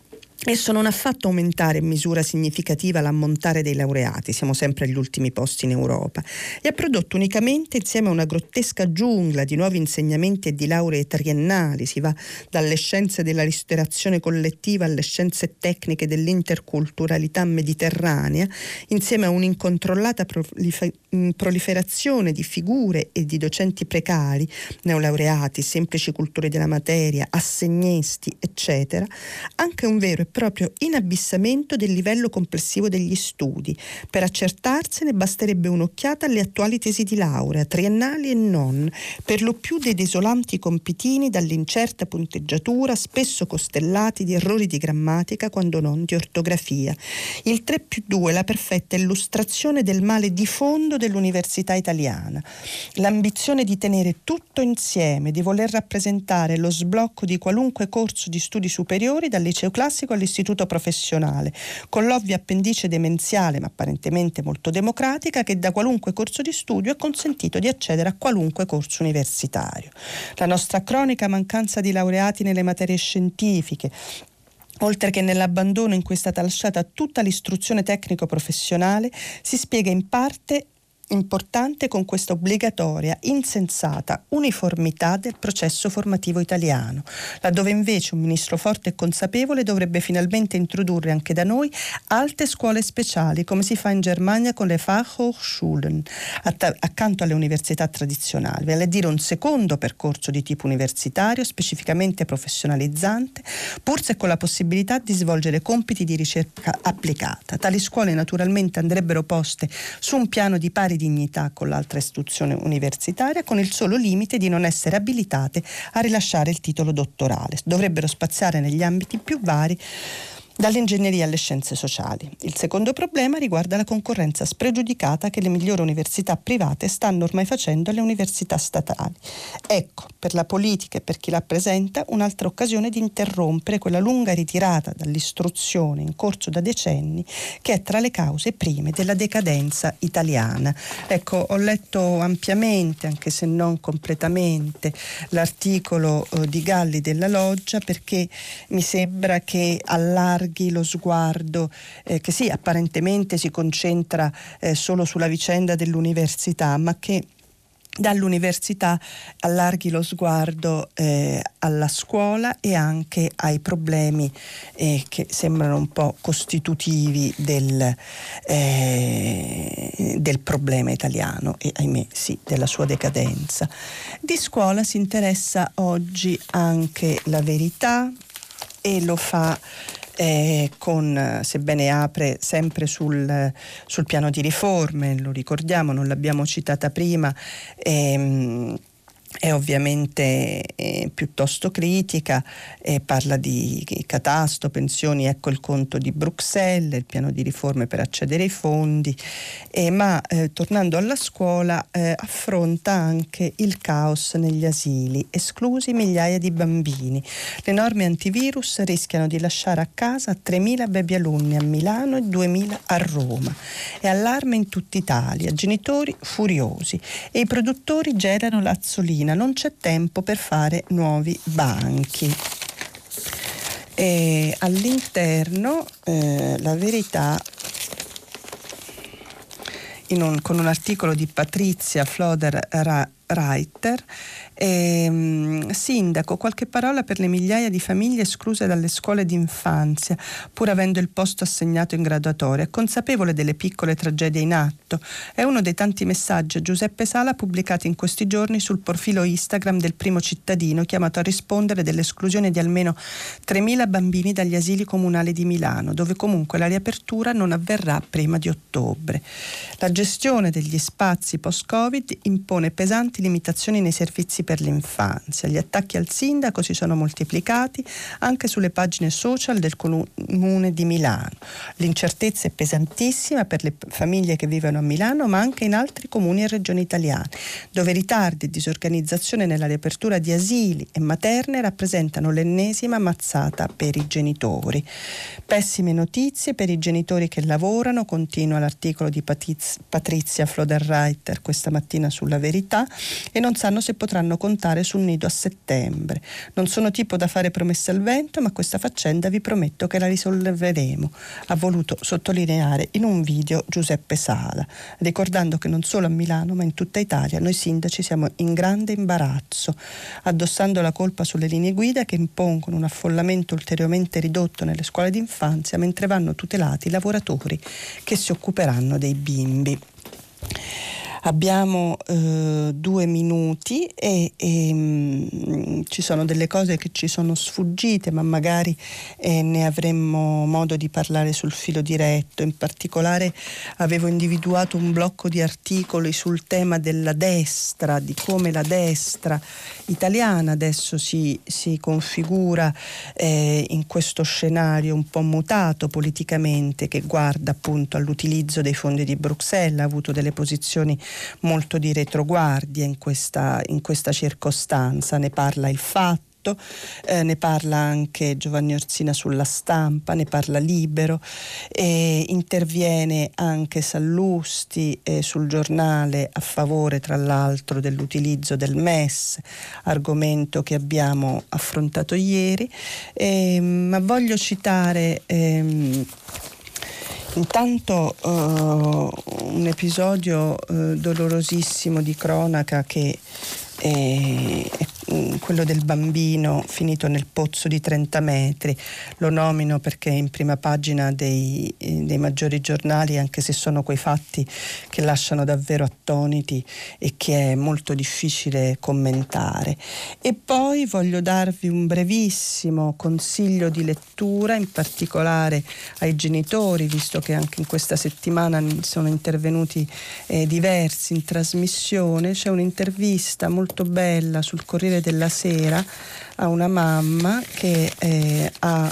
Esso non ha fatto aumentare in misura significativa l'ammontare dei laureati, siamo sempre agli ultimi posti in Europa, e ha prodotto unicamente, insieme a una grottesca giungla di nuovi insegnamenti e di lauree triennali, si va dalle scienze della ristorazione collettiva alle scienze tecniche dell'interculturalità mediterranea, insieme a un'incontrollata proliferazione di figure e di docenti precari, neolaureati, semplici cultori della materia, assegnisti, eccetera, anche un vero e proprio inabissamento del livello complessivo degli studi. Per accertarsene basterebbe un'occhiata alle attuali tesi di laurea, triennali e non, per lo più dei desolanti compitini dall'incerta punteggiatura, spesso costellati di errori di grammatica, quando non di ortografia. Il 3+2 è la perfetta illustrazione del male di fondo dell'università italiana. L'ambizione di tenere tutto insieme, di voler rappresentare lo sblocco di qualunque corso di studi superiori, dal liceo classico all'istituto professionale, con l'ovvia appendice demenziale ma apparentemente molto democratica che da qualunque corso di studio è consentito di accedere a qualunque corso universitario. La nostra cronica mancanza di laureati nelle materie scientifiche, oltre che nell'abbandono in cui è stata lasciata tutta l'istruzione tecnico-professionale, si spiega in parte importante con questa obbligatoria, insensata uniformità del processo formativo italiano, laddove invece un ministro forte e consapevole dovrebbe finalmente introdurre anche da noi alte scuole speciali, come si fa in Germania con le Fachhochschulen, accanto alle università tradizionali, vale a dire un secondo percorso di tipo universitario specificamente professionalizzante, pur se con la possibilità di svolgere compiti di ricerca applicata. Tali scuole naturalmente andrebbero poste su un piano di pari dignità con l'altra istruzione universitaria, con il solo limite di non essere abilitate a rilasciare il titolo dottorale. Dovrebbero spaziare negli ambiti più vari, dall'ingegneria alle scienze sociali. Il secondo problema riguarda la concorrenza spregiudicata che le migliori università private stanno ormai facendo alle università statali. Ecco, per la politica e per chi la rappresenta, un'altra occasione di interrompere quella lunga ritirata dall'istruzione in corso da decenni che è tra le cause prime della decadenza italiana. Ecco, ho letto ampiamente, anche se non completamente, l'articolo di Galli della Loggia, perché mi sembra che allarghi lo sguardo, che sì, apparentemente si concentra solo sulla vicenda dell'università, ma che dall'università allarghi lo sguardo alla scuola e anche ai problemi che sembrano un po' costitutivi del problema italiano e, ahimè, sì, della sua decadenza. Di scuola si interessa oggi anche La Verità e lo fa sebbene apre sempre sul piano di riforme, lo ricordiamo, non l'abbiamo citata prima, è ovviamente piuttosto critica, parla di catasto, pensioni, ecco il conto di Bruxelles, il piano di riforme per accedere ai fondi, ma tornando alla scuola affronta anche il caos negli asili, esclusi migliaia di bambini. Le norme antivirus rischiano di lasciare a casa 3.000 baby alunni a Milano e 2.000 a Roma. È allarme in tutta Italia, genitori furiosi e i produttori gelano l'azzolina. Non c'è tempo per fare nuovi banchi. E all'interno La Verità, con un articolo di Patrizia Floder-Reiter, sindaco, qualche parola per le migliaia di famiglie escluse dalle scuole d'infanzia, pur avendo il posto assegnato in graduatoria. È consapevole delle piccole tragedie in atto. È uno dei tanti messaggi a Giuseppe Sala pubblicati in questi giorni sul profilo Instagram del Primo Cittadino, chiamato a rispondere dell'esclusione di almeno 3.000 bambini dagli asili comunali di Milano, dove comunque la riapertura non avverrà prima di ottobre. La gestione degli spazi post-Covid impone pesanti limitazioni nei servizi per l'infanzia. Gli attacchi al sindaco si sono moltiplicati anche sulle pagine social del Comune di Milano. L'incertezza è pesantissima per le famiglie che vivono a Milano, ma anche in altri comuni e regioni italiane, dove ritardi e disorganizzazione nella riapertura di asili e materne rappresentano l'ennesima mazzata per i genitori. Pessime notizie per i genitori che lavorano, continua l'articolo di Patrizia Floder-Reiter questa mattina sulla Verità, e non sanno se potranno contare sul nido a settembre. Non sono tipo da fare promesse al vento, ma questa faccenda vi prometto che la risolveremo, ha voluto sottolineare in un video Giuseppe Sala, ricordando che non solo a Milano ma in tutta Italia noi sindaci siamo in grande imbarazzo, addossando la colpa sulle linee guida che impongono un affollamento ulteriormente ridotto nelle scuole d'infanzia, mentre vanno tutelati i lavoratori che si occuperanno dei bimbi. Abbiamo 2 minuti e ci sono delle cose che ci sono sfuggite, ma magari ne avremmo modo di parlare sul filo diretto. In particolare avevo individuato un blocco di articoli sul tema della destra, di come la destra italiana adesso si configura in questo scenario un po' mutato politicamente, che guarda appunto all'utilizzo dei fondi di Bruxelles, ha avuto delle posizioni molto di retroguardia in questa circostanza. Ne parla Il Fatto, ne parla anche Giovanni Orsina sulla Stampa, ne parla Libero, interviene anche Sallusti sul Giornale a favore tra l'altro dell'utilizzo del MES, argomento che abbiamo affrontato ieri, ma voglio citare intanto un episodio dolorosissimo di cronaca che è quello del bambino finito nel pozzo di 30 metri. Lo nomino perché è in prima pagina dei maggiori giornali, anche se sono quei fatti che lasciano davvero attoniti e che è molto difficile commentare. E poi voglio darvi un brevissimo consiglio di lettura, in particolare ai genitori, visto che anche in questa settimana sono intervenuti diversi in trasmissione. C'è un'intervista molto bella sul Corriere della Sera a una mamma che ha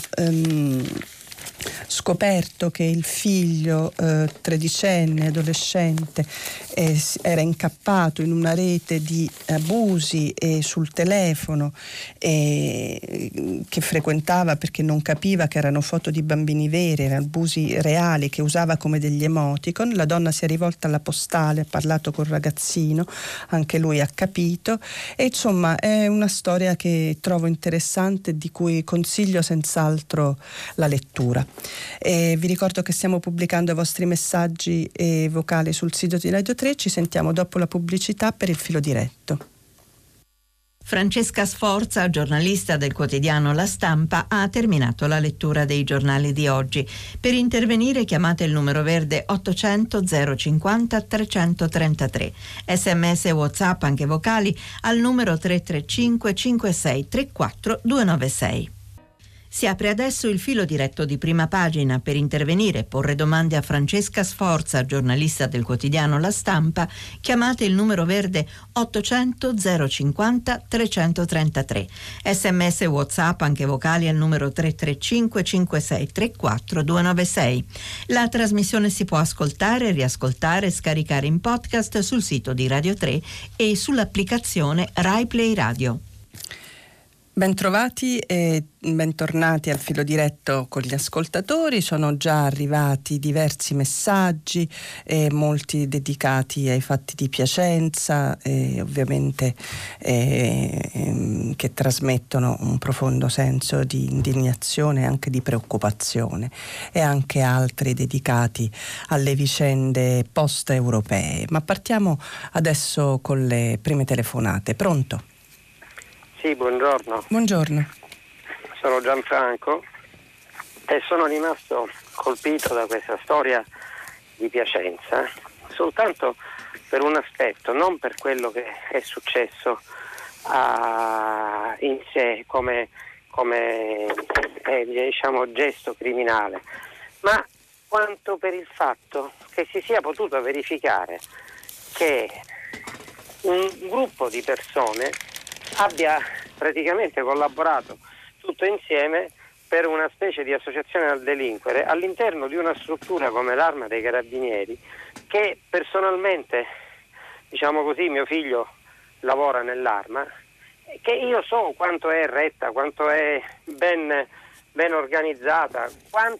scoperto che il figlio tredicenne, adolescente, era incappato in una rete di abusi sul telefono che frequentava perché non capiva che erano foto di bambini veri, erano abusi reali che usava come degli emoticon. La donna si è rivolta alla postale, ha parlato col ragazzino, anche lui ha capito, e insomma è una storia che trovo interessante e di cui consiglio senz'altro la lettura. Vi ricordo che stiamo pubblicando i vostri messaggi vocali sul sito di Radio 3. Ci sentiamo dopo la pubblicità per il filo diretto. Francesca Sforza, giornalista del quotidiano La Stampa, ha terminato la lettura dei giornali di oggi. Per intervenire chiamate il numero verde 800 050 333. SMS e WhatsApp anche vocali al numero 335 56 34 296. Si apre adesso il filo diretto di Prima Pagina. Per intervenire e porre domande a Francesca Sforza, giornalista del quotidiano La Stampa, chiamate il numero verde 800 050 333. SMS WhatsApp anche vocali al numero 335 56 34 296. La trasmissione si può ascoltare, riascoltare e scaricare in podcast sul sito di Radio 3 e sull'applicazione Rai Play Radio. Bentrovati e bentornati al filo diretto con gli ascoltatori. Sono già arrivati diversi messaggi, molti dedicati ai fatti di Piacenza, ovviamente che trasmettono un profondo senso di indignazione e anche di preoccupazione, e anche altri dedicati alle vicende post-europee. Ma partiamo adesso con le prime telefonate. Pronto? Sì, buongiorno. Buongiorno. Sono Gianfranco e sono rimasto colpito da questa storia di Piacenza soltanto per un aspetto, non per quello che è successo in sé come diciamo gesto criminale, ma quanto per il fatto che si sia potuto verificare che un gruppo di persone abbia praticamente collaborato tutto insieme per una specie di associazione al delinquere all'interno di una struttura come l'Arma dei Carabinieri, che personalmente, diciamo così, mio figlio lavora nell'Arma, che io so quanto è retta, quanto è ben organizzata,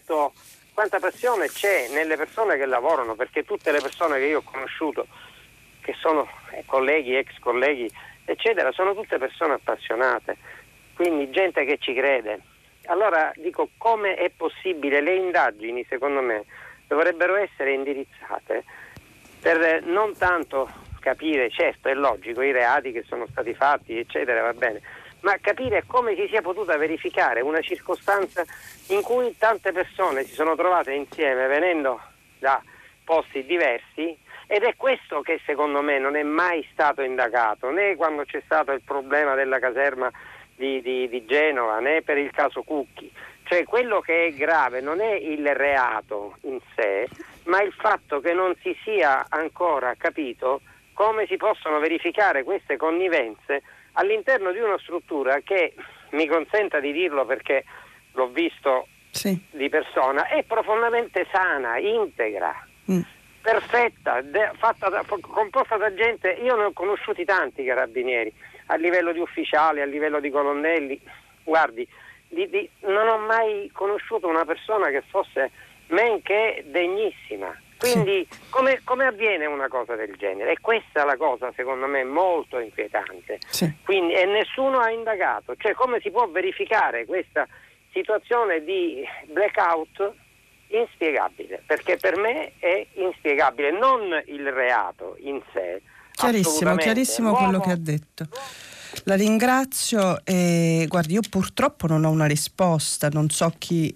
quanta passione c'è nelle persone che lavorano, perché tutte le persone che io ho conosciuto, che sono colleghi, ex colleghi, eccetera, sono tutte persone appassionate, quindi gente che ci crede. Allora dico, come è possibile? Le indagini, secondo me, dovrebbero essere indirizzate per non tanto capire, certo è logico, i reati che sono stati fatti, eccetera, va bene, ma capire come si sia potuta verificare una circostanza in cui tante persone si sono trovate insieme venendo da posti diversi. Ed è questo che secondo me non è mai stato indagato, né quando c'è stato il problema della caserma di Genova, né per il caso Cucchi. Cioè, quello che è grave non è il reato in sé, ma il fatto che non si sia ancora capito come si possono verificare queste connivenze all'interno di una struttura che, mi consenta di dirlo perché l'ho visto di persona, è profondamente sana, integra. Perfetta, composta da gente. Io ne ho conosciuti tanti carabinieri a livello di ufficiali, a livello di colonnelli. Guardi, non ho mai conosciuto una persona che fosse men che degnissima. Quindi come avviene una cosa del genere? E questa è la cosa secondo me molto inquietante. Quindi, e nessuno ha indagato, cioè come si può verificare questa situazione di blackout? Inspiegabile, perché per me è inspiegabile, non il reato in sé. Chiarissimo quello che ha detto. La ringrazio. Guardi, io purtroppo non ho una risposta, non so chi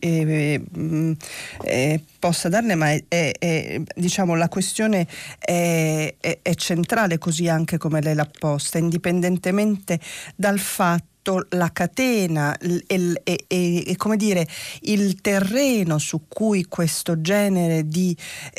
possa darne, ma diciamo la questione è centrale, così anche come lei l'ha posta, indipendentemente dal fatto, la catena e come dire il terreno su cui questo genere di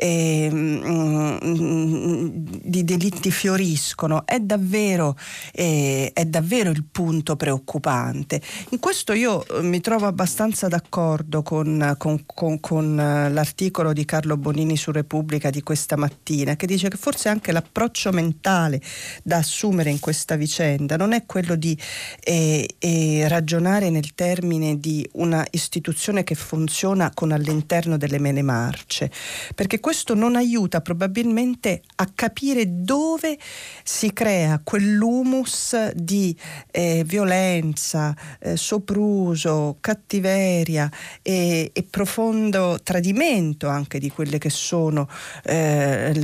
delitti fioriscono è davvero il punto preoccupante. In questo io mi trovo abbastanza d'accordo con l'articolo di Carlo Bonini su Repubblica di questa mattina, che dice che forse anche l'approccio mentale da assumere in questa vicenda non è quello di e ragionare nel termine di una istituzione che funziona con all'interno delle mele marce, perché questo non aiuta probabilmente a capire dove si crea quell'humus di violenza, sopruso, cattiveria e profondo tradimento anche di quelle che sono le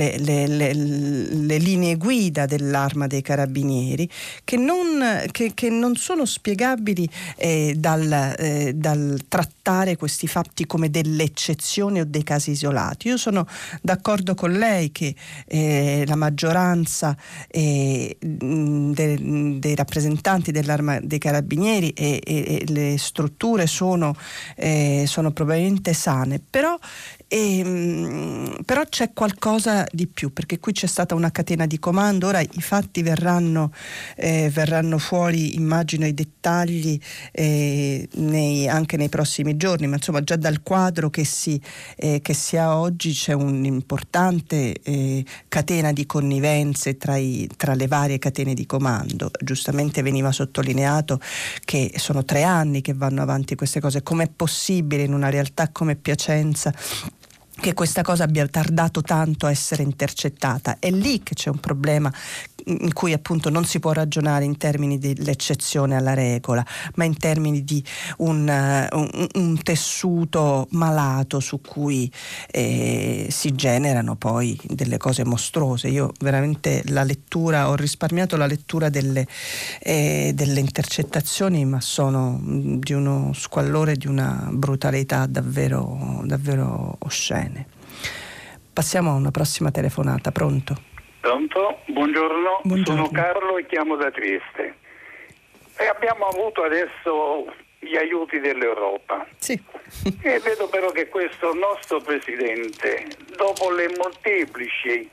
linee guida dell'Arma dei Carabinieri, che non sono sono spiegabili dal trattare questi fatti come delle eccezioni o dei casi isolati. Io sono d'accordo con lei che la maggioranza dei rappresentanti dell'Arma dei Carabinieri e le strutture sono probabilmente sane, però c'è qualcosa di più, perché qui c'è stata una catena di comando. Ora i fatti verranno fuori, immagino, i dettagli anche nei prossimi giorni, ma insomma già dal quadro che si ha oggi c'è un'importante catena di connivenze tra le varie catene di comando. Giustamente veniva sottolineato che sono 3 anni che vanno avanti queste cose. Com'è possibile in una realtà come Piacenza che questa cosa abbia tardato tanto a essere intercettata? È lì che c'è un problema in cui appunto non si può ragionare in termini dell'eccezione alla regola, ma in termini di un tessuto malato su cui si generano poi delle cose mostruose. Io veramente ho risparmiato la lettura delle intercettazioni, ma sono di uno squallore, di una brutalità davvero, davvero oscene. Passiamo a una prossima telefonata. Pronto? Pronto? Buongiorno, sono Carlo e chiamo da Trieste. E abbiamo avuto adesso gli aiuti dell'Europa. Sì. E vedo però che questo nostro Presidente, dopo le molteplici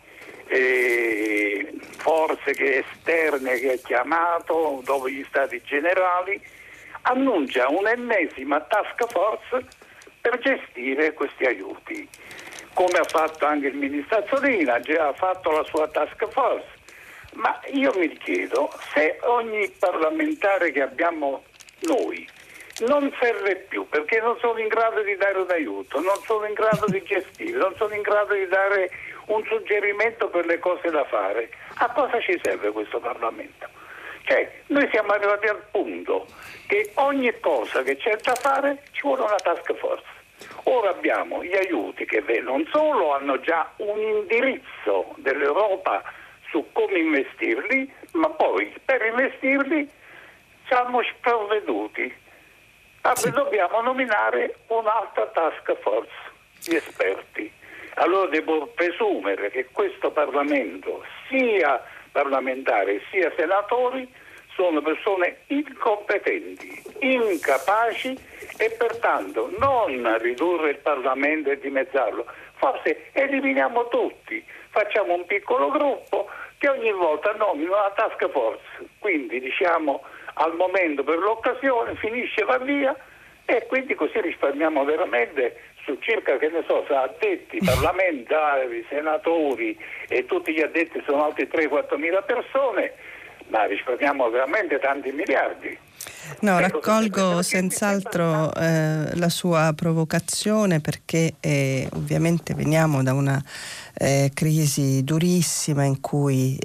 forze esterne che ha chiamato, dopo gli Stati Generali, annuncia un'ennesima task force per gestire questi aiuti. Come ha fatto anche il ministro Azzolina, ha già fatto la sua task force. Ma io mi chiedo se ogni parlamentare che abbiamo noi non serve più, perché non sono in grado di dare un aiuto, non sono in grado di gestire, non sono in grado di dare un suggerimento per le cose da fare. A cosa ci serve questo Parlamento? Cioè, noi siamo arrivati al punto che ogni cosa che c'è da fare ci vuole una task force. Ora abbiamo gli aiuti che non solo hanno già un indirizzo dell'Europa su come investirli, ma poi per investirli siamo sprovveduti. Sì. Dobbiamo nominare un'altra task force di esperti. Allora devo presumere che questo Parlamento, sia parlamentari sia senatori, sono persone incompetenti, incapaci, e pertanto non ridurre il Parlamento e dimezzarlo. Forse eliminiamo tutti, facciamo un piccolo gruppo che ogni volta nomina una task force, quindi diciamo al momento per l'occasione finisce, va via, e quindi così risparmiamo veramente su circa, che ne so, addetti, parlamentari, senatori e tutti gli addetti sono altri 3-4 mila persone, ma risparmiamo veramente tanti miliardi. No, raccolgo senz'altro la sua provocazione, perché ovviamente veniamo da una crisi durissima in cui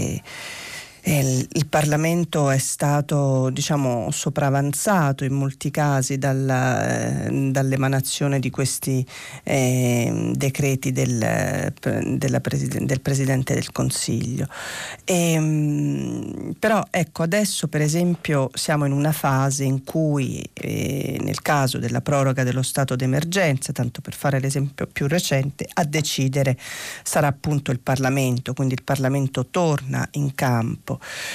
il Parlamento è stato, diciamo, sopravanzato in molti casi dall'emanazione di questi decreti del Presidente del Consiglio. Però ecco, adesso per esempio siamo in una fase in cui nel caso della proroga dello stato d'emergenza, tanto per fare l'esempio più recente, a decidere sarà appunto il Parlamento, quindi il Parlamento torna in campo.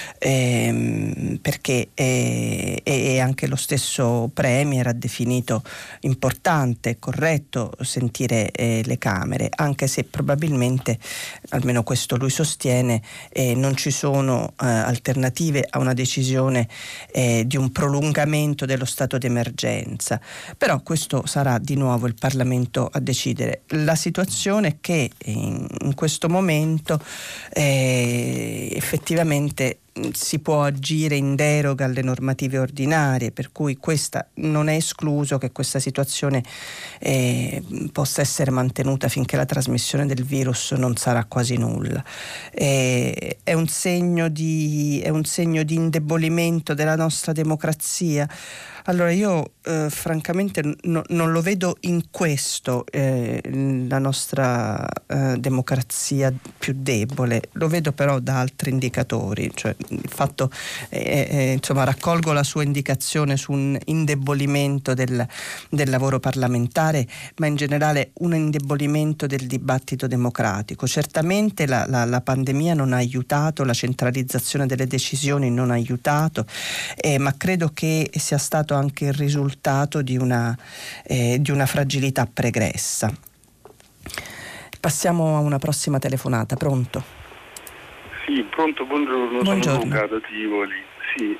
Perché anche lo stesso Premier ha definito importante e corretto sentire le Camere, anche se probabilmente, almeno questo lui sostiene, non ci sono alternative a una decisione di un prolungamento dello stato d'emergenza. Però questo sarà di nuovo il Parlamento a decidere. La situazione è che in questo momento effettivamente si può agire in deroga alle normative ordinarie, per cui non è escluso che questa situazione possa essere mantenuta finché la trasmissione del virus non sarà quasi nulla. È un segno di indebolimento della nostra democrazia. Allora io francamente non lo vedo in questo la nostra democrazia più debole, lo vedo però da altri indicatori, cioè il fatto, insomma, raccolgo la sua indicazione su un indebolimento del lavoro parlamentare, ma in generale un indebolimento del dibattito democratico. Certamente la pandemia non ha aiutato, la centralizzazione delle decisioni non ha aiutato, ma credo che sia stato anche il risultato di una fragilità pregressa. Passiamo a una prossima telefonata. Pronto? Sì, pronto, buongiorno. Sono Luca da Tivoli. Sì,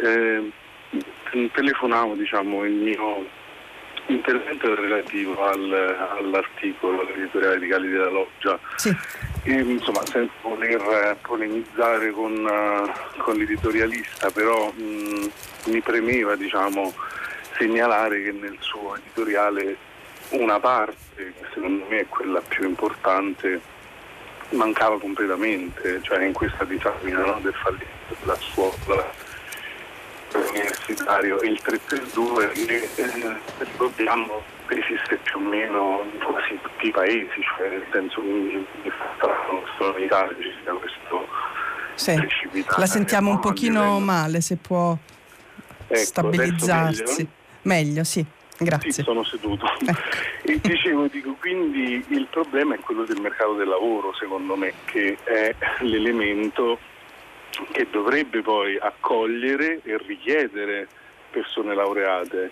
telefonavo, il mio intervento è relativo all'articolo dell'editoriale di Galli della Loggia. Sì. Senza voler polemizzare con l'editorialista, però mi premeva, segnalare che nel suo editoriale una parte, che secondo me è quella più importante, mancava completamente, cioè in questa disamina, no, del fallimento della scuola universitario, e il 3+2 che ricordiamo esiste più o meno in quasi tutti i paesi, cioè nel senso che in Italia ci sia questo precipitare. La sentiamo un pochino male, se può stabilizzarsi. Meglio, sì. Grazie. Sì, sono seduto. E dico, quindi il problema è quello del mercato del lavoro, secondo me, che è l'elemento che dovrebbe poi accogliere e richiedere persone laureate,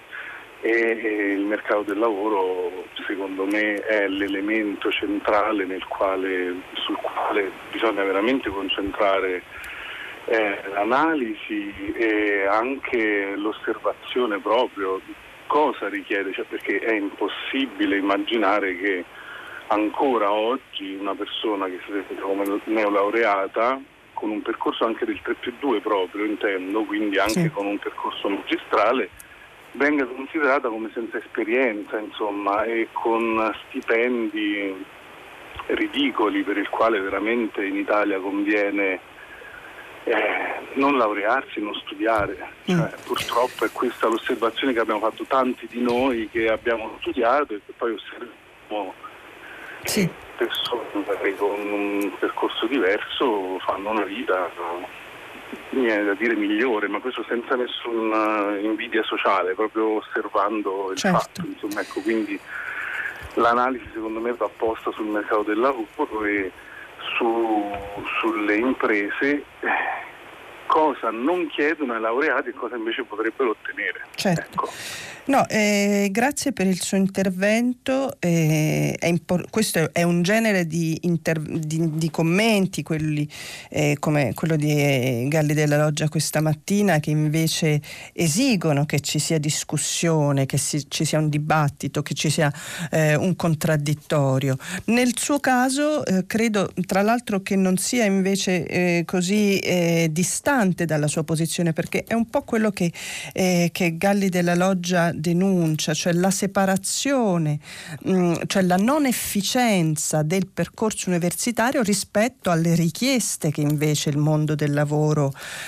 e il mercato del lavoro, secondo me, è l'elemento centrale sul quale bisogna veramente concentrare l'analisi e anche l'osservazione proprio. Cosa richiede? Perché è impossibile immaginare che ancora oggi una persona che si sente come neolaureata, con un percorso anche del 3+2 proprio, intendo, quindi anche con un percorso magistrale, venga considerata come senza esperienza, e con stipendi ridicoli, per il quale veramente in Italia conviene non laurearsi, non studiare. Purtroppo è questa l'osservazione che abbiamo fatto tanti di noi che abbiamo studiato e che poi osserviamo che persone con un percorso diverso fanno una vita, mi viene da dire, migliore, ma questo senza nessuna invidia sociale, proprio osservando il fatto. Quindi l'analisi secondo me va posta sul mercato del lavoro e sulle imprese, cosa non chiedono ai laureati e cosa invece potrebbero ottenere. Grazie per il suo intervento. Questo è un genere di commenti, quelli come quello di Galli della Loggia questa mattina, che invece esigono che ci sia discussione, che ci sia un dibattito, che ci sia un contraddittorio. Nel suo caso credo tra l'altro che non sia invece così distante dalla sua posizione, perché è un po' quello che Galli della Loggia denuncia, cioè la separazione, cioè la non efficienza del percorso universitario rispetto alle richieste che invece il mondo del lavoro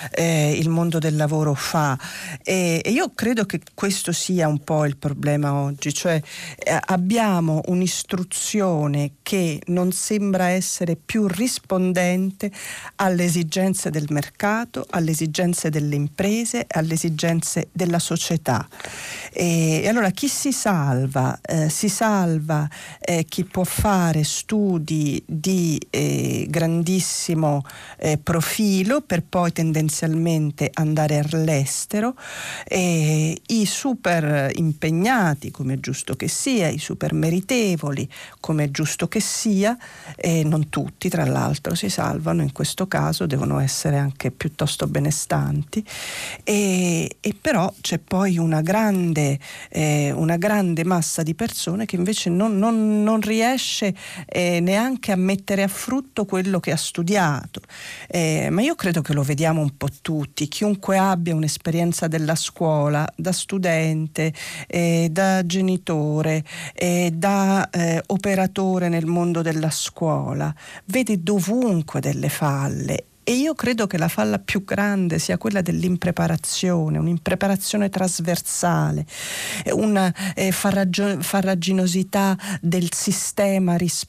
fa, e io credo che questo sia un po' il problema oggi, cioè abbiamo un'istruzione che non sembra essere più rispondente alle esigenze del mercato, alle esigenze delle imprese, alle esigenze della società. E allora chi si salva? Si salva chi può fare studi di grandissimo profilo per poi tendenzialmente andare all'estero, i super impegnati, come è giusto che sia, i super meritevoli, come è giusto che sia, non tutti tra l'altro si salvano, in questo caso devono essere anche piuttosto benestanti, e però c'è poi una grande massa di persone che invece non riesce neanche a mettere a frutto quello che ha studiato, ma io credo che lo vediamo un po' tutti, chiunque abbia un'esperienza della scuola, da studente, da genitore, da operatore nel mondo della scuola, vede dovunque delle falle. E io credo che la falla più grande sia quella dell'impreparazione, un'impreparazione trasversale, una farraginosità del sistema rispetto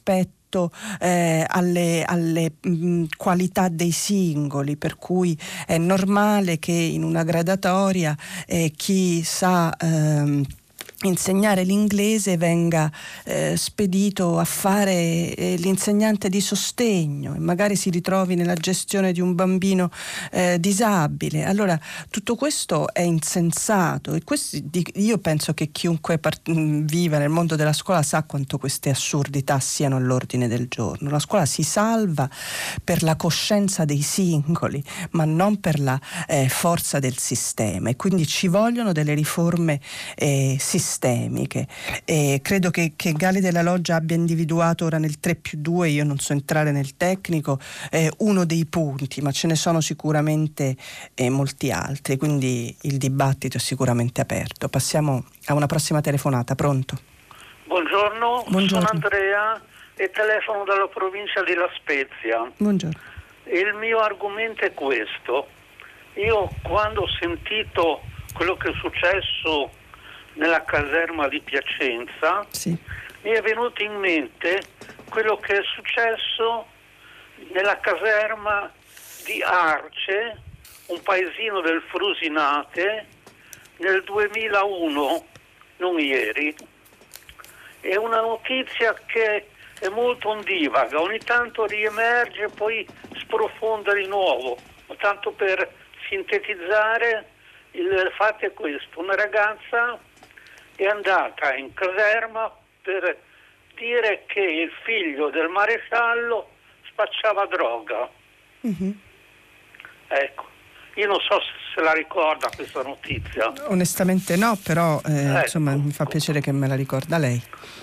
rispetto alle qualità dei singoli, per cui è normale che in una gradatoria chi sa insegnare l'inglese venga spedito a fare l'insegnante di sostegno e magari si ritrovi nella gestione di un bambino disabile. Allora tutto questo è insensato e io penso che chiunque viva nel mondo della scuola sa quanto queste assurdità siano all'ordine del giorno. La scuola si salva per la coscienza dei singoli, ma non per la forza del sistema, e quindi ci vogliono delle riforme sistemiche. Credo che Gali della Loggia abbia individuato ora nel 3+2, io non so entrare nel tecnico, uno dei punti, ma ce ne sono sicuramente molti altri, quindi il dibattito è sicuramente aperto. Passiamo a una prossima telefonata. Pronto? Buongiorno. Sono Andrea e telefono dalla provincia di La Spezia. Buongiorno. Il mio argomento è questo. Io quando ho sentito quello che è successo nella caserma di Piacenza, sì, mi è venuto in mente quello che è successo nella caserma di Arce, un paesino del Frusinate, nel 2001, non ieri. È una notizia che è molto ondivaga, ogni tanto riemerge e poi sprofonda di nuovo. Tanto per sintetizzare, il fatto è questo: una ragazza è andata in caserma per dire che il figlio del maresciallo spacciava droga. Mm-hmm. Ecco, io non so se la ricorda questa notizia. Onestamente no, però ecco, insomma mi fa piacere che me la ricorda lei.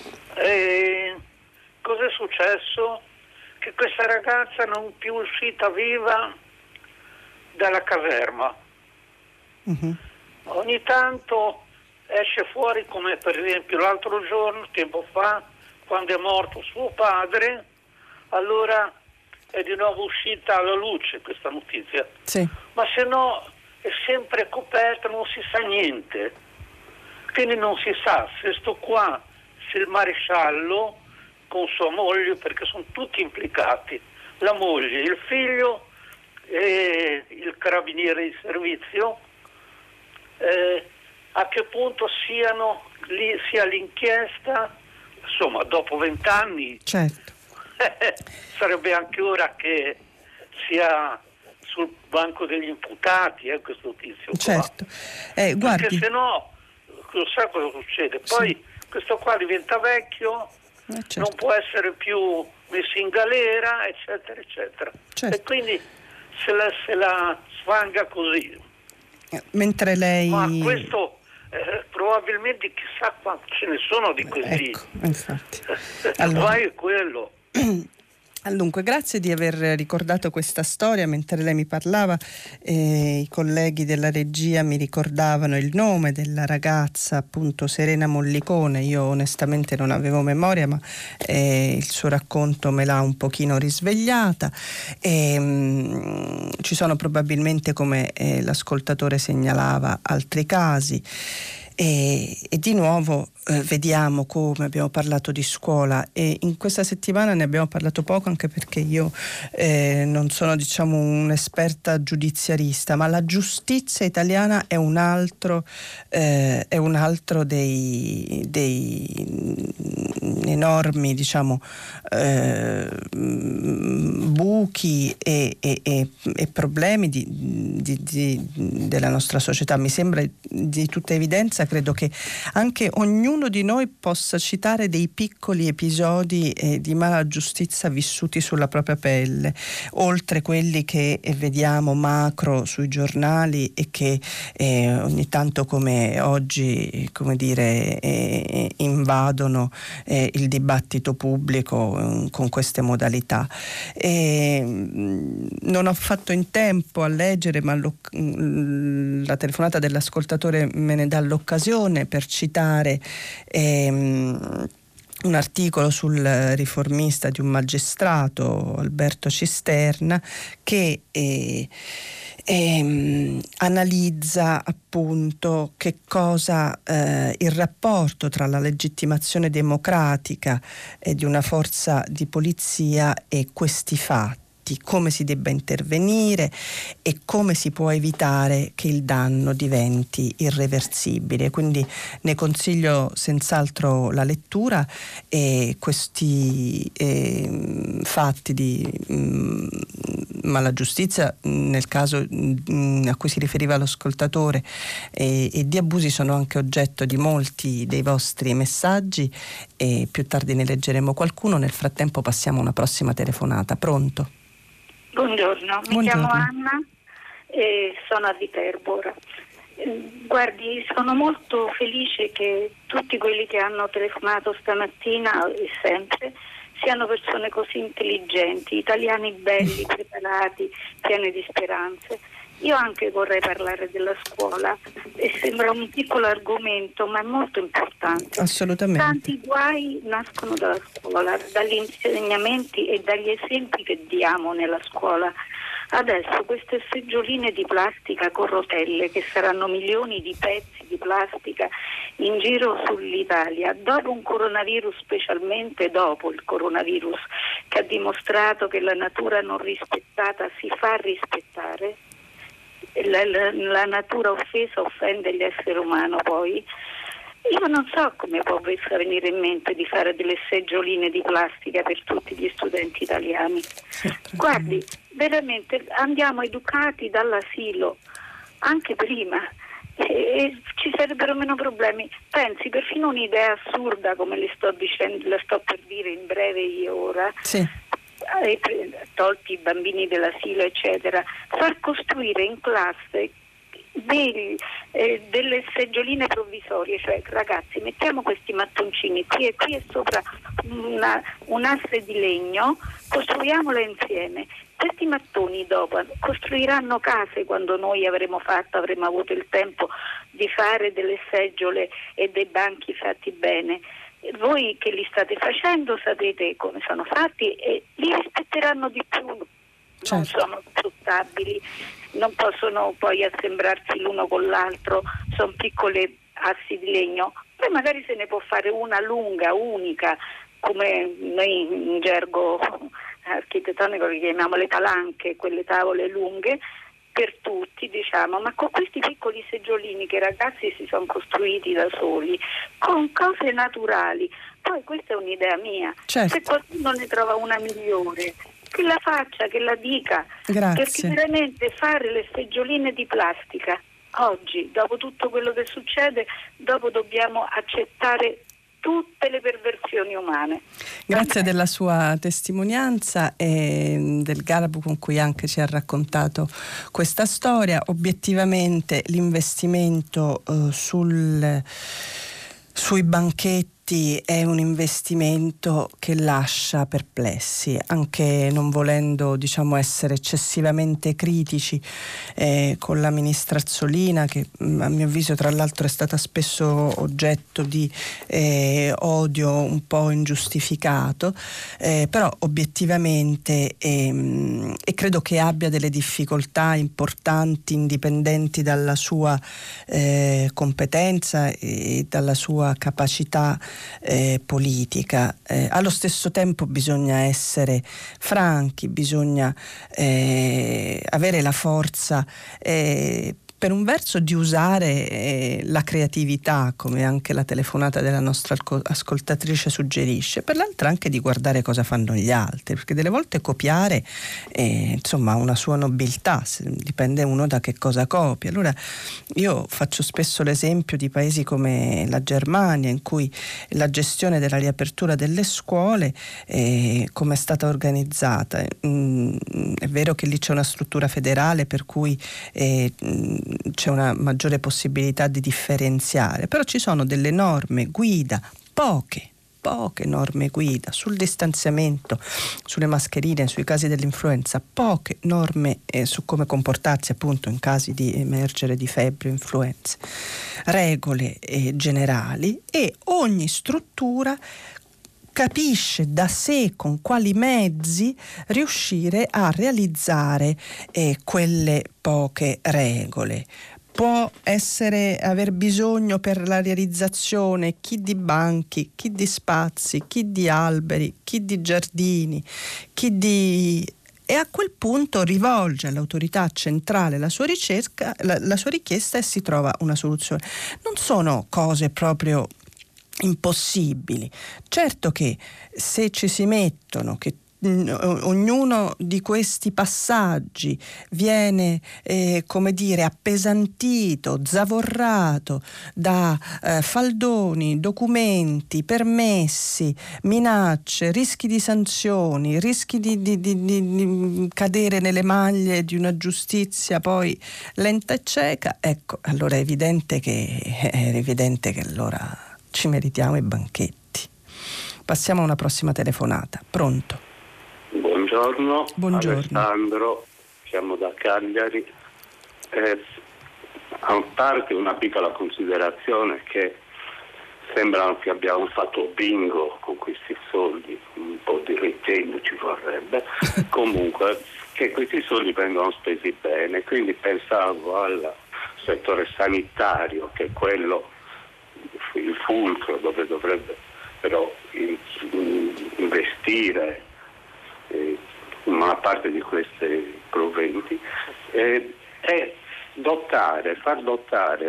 Cos'è successo? Che questa ragazza non è più uscita viva dalla caserma. Mm-hmm. Ogni tanto esce fuori, come per esempio l'altro giorno, tempo fa, quando è morto suo padre, allora è di nuovo uscita alla luce questa notizia. Sì. Ma se no è sempre coperta, non si sa niente. Quindi non si sa se se il maresciallo con sua moglie, perché sono tutti implicati, la moglie, il figlio e il carabiniere di servizio, a che punto sia l'inchiesta, insomma, dopo 20 anni. Certo. Sarebbe anche ora che sia sul banco degli imputati questo tizio qua. Certo. Guardi. Perché se no, lo sa cosa succede? Poi sì, questo qua diventa vecchio, certo, non può essere più messo in galera, eccetera, eccetera. Certo. E quindi se la sfanga così. Mentre lei... Ma questo probabilmente chissà quanti ce ne sono di così. Ecco, infatti. Allora, è quello. Dunque, grazie di aver ricordato questa storia. Mentre lei mi parlava, i colleghi della regia mi ricordavano il nome della ragazza, appunto Serena Mollicone. Io onestamente non avevo memoria, ma il suo racconto me l'ha un pochino risvegliata. Ci sono probabilmente, come l'ascoltatore segnalava, altri casi. E di nuovo vediamo come abbiamo parlato di scuola, e in questa settimana ne abbiamo parlato poco, anche perché io non sono, diciamo, un'esperta giudiziarista, ma la giustizia italiana è un altro dei enormi, diciamo, buchi e problemi della nostra società. Mi sembra di tutta evidenza. Credo che anche ognuno di noi possa citare dei piccoli episodi di mala giustizia vissuti sulla propria pelle, oltre quelli che vediamo macro sui giornali e che ogni tanto, come oggi, come dire, invadono il dibattito pubblico con queste modalità. Non ho fatto in tempo a leggere, ma la telefonata dell'ascoltatore me ne dà l'occasione per citare un articolo sul riformista di un magistrato, Alberto Cisterna, che analizza appunto che cosa il rapporto tra la legittimazione democratica di una forza di polizia e questi fatti, come si debba intervenire e come si può evitare che il danno diventi irreversibile. Quindi ne consiglio senz'altro la lettura, e questi fatti di malagiustizia, nel caso a cui si riferiva l'ascoltatore, e di abusi sono anche oggetto di molti dei vostri messaggi, e più tardi ne leggeremo qualcuno. Nel frattempo passiamo a una prossima telefonata. Pronto? Buongiorno, mi chiamo Anna e sono a Viterbo ora. Guardi, sono molto felice che tutti quelli che hanno telefonato stamattina e sempre siano persone così intelligenti, italiani belli, preparati, pieni di speranze. Io anche vorrei parlare della scuola, e sembra un piccolo argomento, ma è molto importante. Assolutamente. Tanti guai nascono dalla scuola, dagli insegnamenti e dagli esempi che diamo nella scuola. Adesso queste seggioline di plastica con rotelle, che saranno milioni di pezzi di plastica in giro sull'Italia, dopo un coronavirus, specialmente dopo il coronavirus, che ha dimostrato che la natura non rispettata si fa rispettare, la natura offesa offende l'essere umano. Poi io non so come può venire in mente di fare delle seggioline di plastica per tutti gli studenti italiani. Guardi, veramente andiamo educati dall'asilo, anche prima, e ci sarebbero meno problemi. Pensi, perfino un'idea assurda come le sto dicendo, la sto per dire in breve io ora. Sì. Tolti i bambini dell'asilo eccetera, far costruire in classe delle seggioline provvisorie, cioè ragazzi, mettiamo questi mattoncini qui e sopra un asse di legno, costruiamola insieme. Questi mattoni dopo costruiranno case quando noi avremo avuto il tempo di fare delle seggiole e dei banchi fatti bene. Voi che li state facendo sapete come sono fatti e li rispetteranno di più. Certo. Non sono sfruttabili, non possono poi assembrarsi l'uno con l'altro, sono piccole assi di legno. Poi magari se ne può fare una lunga, unica, come noi in gergo architettonico le chiamiamo le palanche, quelle tavole lunghe per tutti, diciamo, ma con questi piccoli seggiolini che i ragazzi si sono costruiti da soli, con cose naturali. Poi questa è un'idea mia. Certo. Se qualcuno ne trova una migliore, che la faccia, che la dica. Grazie. Perché veramente fare le seggioline di plastica oggi, dopo tutto quello che succede, dopo dobbiamo accettare tutte le perversioni umane. Grazie della sua testimonianza e del garbo con cui anche ci ha raccontato questa storia. Obiettivamente l'investimento sui banchetti è un investimento che lascia perplessi, anche non volendo, diciamo, essere eccessivamente critici con la ministra Azzolina, che a mio avviso tra l'altro è stata spesso oggetto di odio un po' ingiustificato, però obiettivamente e credo che abbia delle difficoltà importanti indipendenti dalla sua competenza e dalla sua capacità politica. Allo stesso tempo bisogna essere franchi, bisogna avere la forza per un verso di usare la creatività, come anche la telefonata della nostra ascoltatrice suggerisce, per l'altra anche di guardare cosa fanno gli altri, perché delle volte copiare insomma ha una sua nobiltà, dipende uno da che cosa copia. Allora io faccio spesso l'esempio di paesi come la Germania, in cui la gestione della riapertura delle scuole come è stata organizzata, è vero che lì c'è una struttura federale per cui c'è una maggiore possibilità di differenziare, però ci sono delle norme guida, poche norme guida sul distanziamento, sulle mascherine, sui casi dell'influenza, poche norme su come comportarsi appunto in casi di emergere di febbre o influenze, regole generali, e ogni struttura capisce da sé con quali mezzi riuscire a realizzare quelle poche regole. Può aver bisogno per la realizzazione chi di banchi, chi di spazi, chi di alberi, chi di giardini, e a quel punto rivolge all'autorità centrale la sua ricerca, la sua richiesta, e si trova una soluzione. Non sono cose proprio impossibili. Certo che se ci si mettono che ognuno di questi passaggi viene appesantito, zavorrato da faldoni, documenti, permessi, minacce, rischi di sanzioni, rischi di cadere nelle maglie di una giustizia poi lenta e cieca, ecco, allora è evidente che allora ci meritiamo i banchetti. Passiamo a una prossima telefonata. Pronto? Buongiorno. Buongiorno. Alessandro, siamo da Cagliari. A parte una piccola considerazione, che sembra che abbiamo fatto bingo con questi soldi, un po' di ritegno ci vorrebbe, comunque che questi soldi vengono spesi bene, quindi pensavo al settore sanitario, che è quello, il fulcro dove dovrebbe però investire una parte di questi proventi, e far dotare,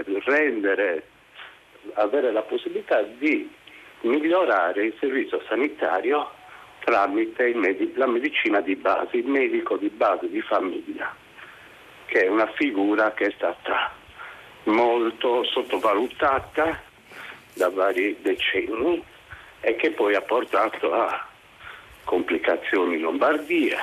avere la possibilità di migliorare il servizio sanitario tramite la medicina di base, il medico di base di famiglia, che è una figura che è stata molto sottovalutata da vari decenni e che poi ha portato a complicazioni in Lombardia.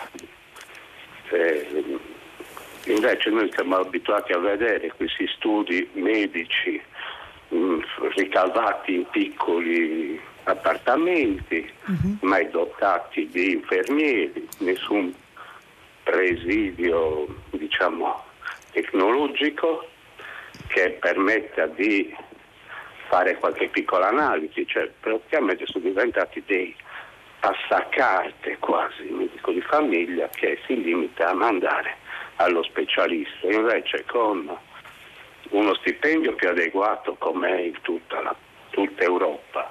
Invece noi siamo abituati a vedere questi studi medici ricavati in piccoli appartamenti, mai dotati di infermieri, nessun presidio tecnologico che permetta di fare qualche piccola analisi, cioè praticamente sono diventati dei passacarte quasi, il medico di famiglia che si limita a mandare allo specialista, invece con uno stipendio più adeguato come è in tutta Europa,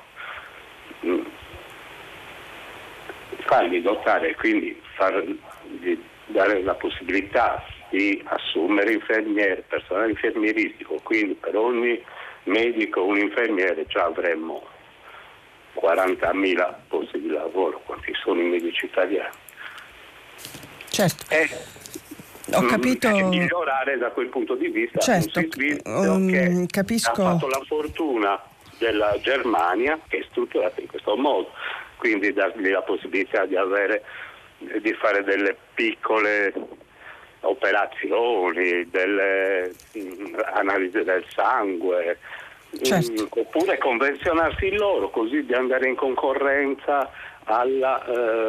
fargli dotare, quindi dare la possibilità di assumere infermieri, personale infermieristico, quindi per ogni medico un infermiere già avremmo 40.000 posti di lavoro, quanti sono i medici italiani. Certo. Ho capito. Migliorare da quel punto di vista, certo, un servizio che capisco. ha fatto la fortuna della Germania, che è strutturata in questo modo, quindi dargli la possibilità di fare delle piccole operazioni, delle analisi del sangue, certo, oppure convenzionarsi loro, così di andare in concorrenza alla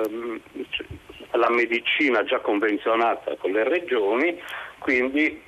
medicina già convenzionata con le regioni, quindi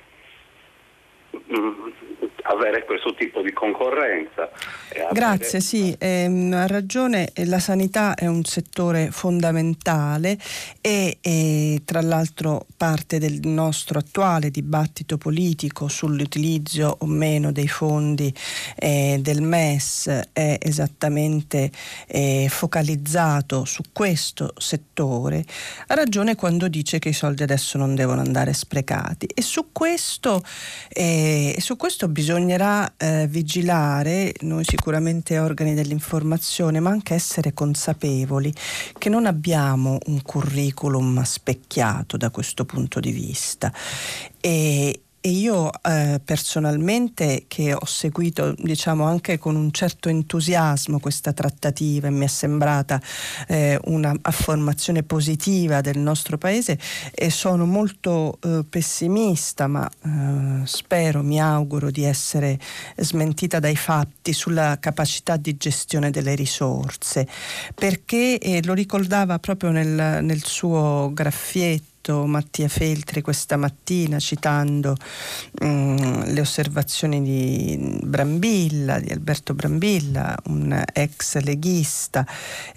avere questo tipo di concorrenza. Grazie, sì, ha ragione, la sanità è un settore fondamentale e tra l'altro parte del nostro attuale dibattito politico sull'utilizzo o meno dei fondi del MES è esattamente focalizzato su questo settore. Ha ragione quando dice che i soldi adesso non devono andare sprecati, e su questo bisognerà vigilare, noi sicuramente organi dell'informazione, ma anche essere consapevoli che non abbiamo un curriculum specchiato da questo punto di vista. E io personalmente, che ho seguito anche con un certo entusiasmo questa trattativa, e mi è sembrata una affermazione positiva del nostro paese, e sono molto pessimista, ma mi auguro di essere smentita dai fatti sulla capacità di gestione delle risorse, perché lo ricordava proprio nel suo graffietto detto Mattia Feltri questa mattina, citando le osservazioni di Brambilla, di Alberto Brambilla, un ex leghista,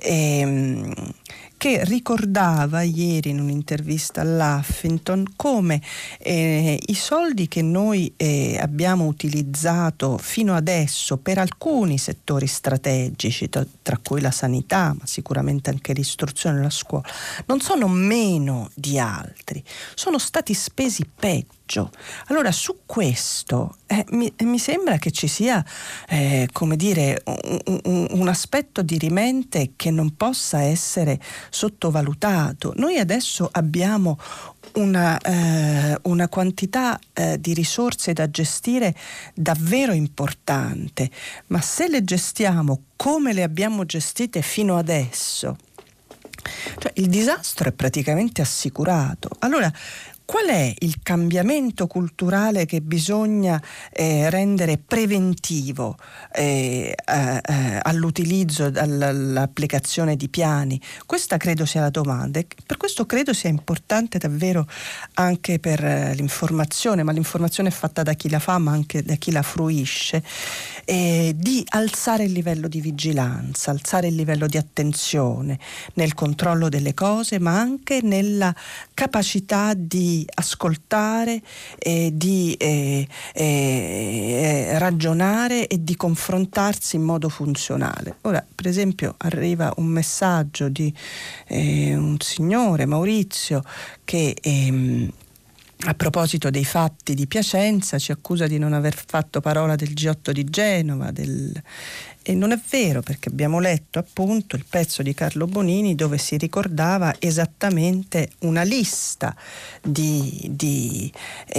che ricordava ieri in un'intervista all'Huffington come i soldi che noi abbiamo utilizzato fino adesso per alcuni settori strategici, tra cui la sanità, ma sicuramente anche l'istruzione e la scuola, non sono meno di altri, sono stati spesi peggio. Allora su questo mi sembra che ci sia come dire un aspetto dirimente che non possa essere sottovalutato. Noi adesso abbiamo una quantità di risorse da gestire davvero importante, ma se le gestiamo come le abbiamo gestite fino adesso, cioè il disastro è praticamente assicurato. Allora, qual è il cambiamento culturale che bisogna rendere preventivo all'utilizzo, all'applicazione di piani? Questa credo sia la domanda, e per questo credo sia importante davvero anche per l'informazione, ma l'informazione è fatta da chi la fa ma anche da chi la fruisce, di alzare il livello di vigilanza, alzare il livello di attenzione nel controllo delle cose, ma anche nella capacità di ascoltare, di ragionare e di confrontarsi in modo funzionale. Ora, per esempio, arriva un messaggio di un signore, Maurizio, che a proposito dei fatti di Piacenza ci accusa di non aver fatto parola del G8 di Genova, e non è vero, perché abbiamo letto appunto il pezzo di Carlo Bonini dove si ricordava esattamente una lista di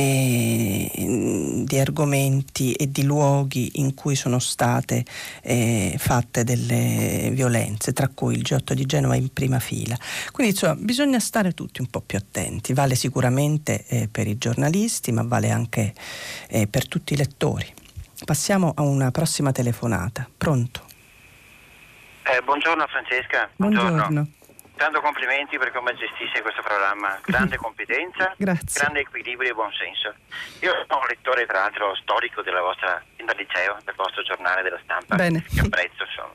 argomenti e di luoghi in cui sono state fatte delle violenze, tra cui il G8 di Genova in prima fila. Quindi insomma bisogna stare tutti un po' più attenti, vale sicuramente per i giornalisti, ma vale anche per tutti i lettori. Passiamo a una prossima telefonata. Pronto? Buongiorno Francesca. Buongiorno. Tanto complimenti per come gestisce questo programma. Grande competenza, grande equilibrio e buonsenso. Io sono un lettore, tra l'altro, storico del liceo, del vostro giornale della Stampa. Bene. Che apprezzo, insomma.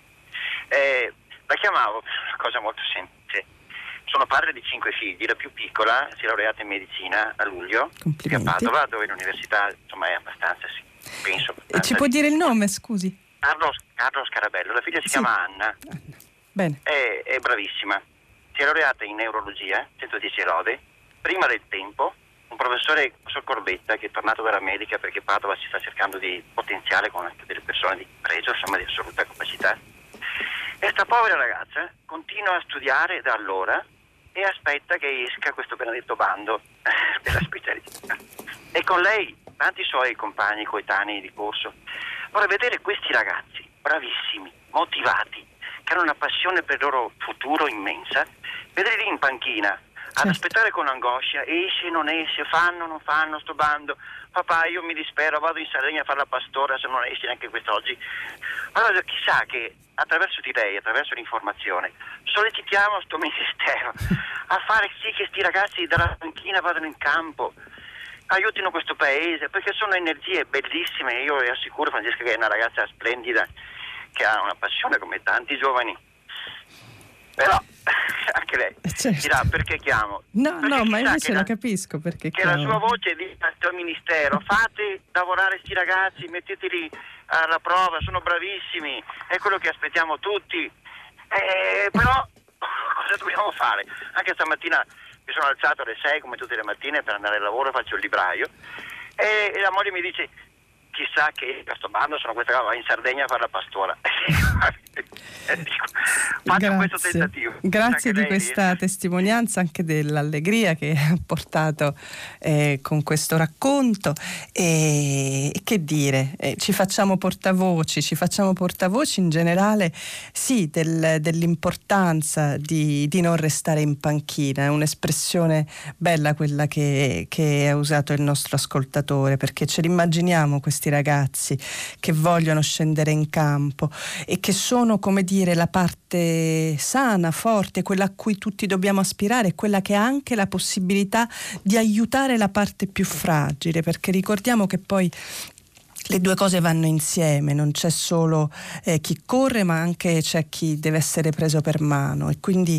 La chiamavo per una cosa molto semplice. Sono padre di 5 figli, la più piccola si è laureata in medicina a luglio a Padova, dove l'università insomma è abbastanza, penso. E ci può dire il nome, scusi? Carlo Scarabello, la figlia si chiama Anna. Bene. È bravissima. Si è laureata in neurologia, 110 lode, prima del tempo. Un professore, il professor Corbetta, che è tornato dall'America perché Padova si sta cercando di potenziale con anche delle persone di pregio, insomma di assoluta capacità. E sta povera ragazza continua a studiare da allora e aspetta che esca questo benedetto bando della specialità. E con lei tanti suoi compagni coetanei di corso. Ora, vedere questi ragazzi bravissimi, motivati, che hanno una passione per il loro futuro immensa, vederli in panchina ad aspettare con angoscia, esce, non esce, fanno, non fanno sto bando, papà io mi dispero, vado in Sardegna a fare la pastora se non esce neanche quest'oggi. Allora chissà che attraverso di lei, attraverso l'informazione, sollecitiamo sto ministero a fare sì che sti ragazzi dalla panchina vadano in campo, aiutino questo paese, perché sono energie bellissime. Io le assicuro, Francesca, che è una ragazza splendida, che ha una passione come tanti giovani, però anche lei dirà perché chiamo. No, ma invece la capisco perché che la sua voce dice al ministero: fate lavorare sti ragazzi, metteteli alla prova, sono bravissimi, è quello che aspettiamo tutti. Però cosa dobbiamo fare? Anche stamattina mi sono alzato alle 6 come tutte le mattine per andare al lavoro, faccio il libraio e la moglie mi dice: chissà che questo bando sono questa roba, in Sardegna a fare la pastora. Faccio questo tentativo. Grazie di questa testimonianza, anche dell'allegria che ha portato con questo racconto. E che dire, ci facciamo portavoci in generale, sì, dell'importanza di non restare in panchina. È un'espressione bella quella che ha usato il nostro ascoltatore, perché ce l'immaginiamo questi ragazzi che vogliono scendere in campo, e che sono, come dire, la parte sana, forte, quella a cui tutti dobbiamo aspirare, quella che ha anche la possibilità di aiutare la parte più fragile, perché ricordiamo che poi le due cose vanno insieme, non c'è solo chi corre, ma anche c'è chi deve essere preso per mano, e quindi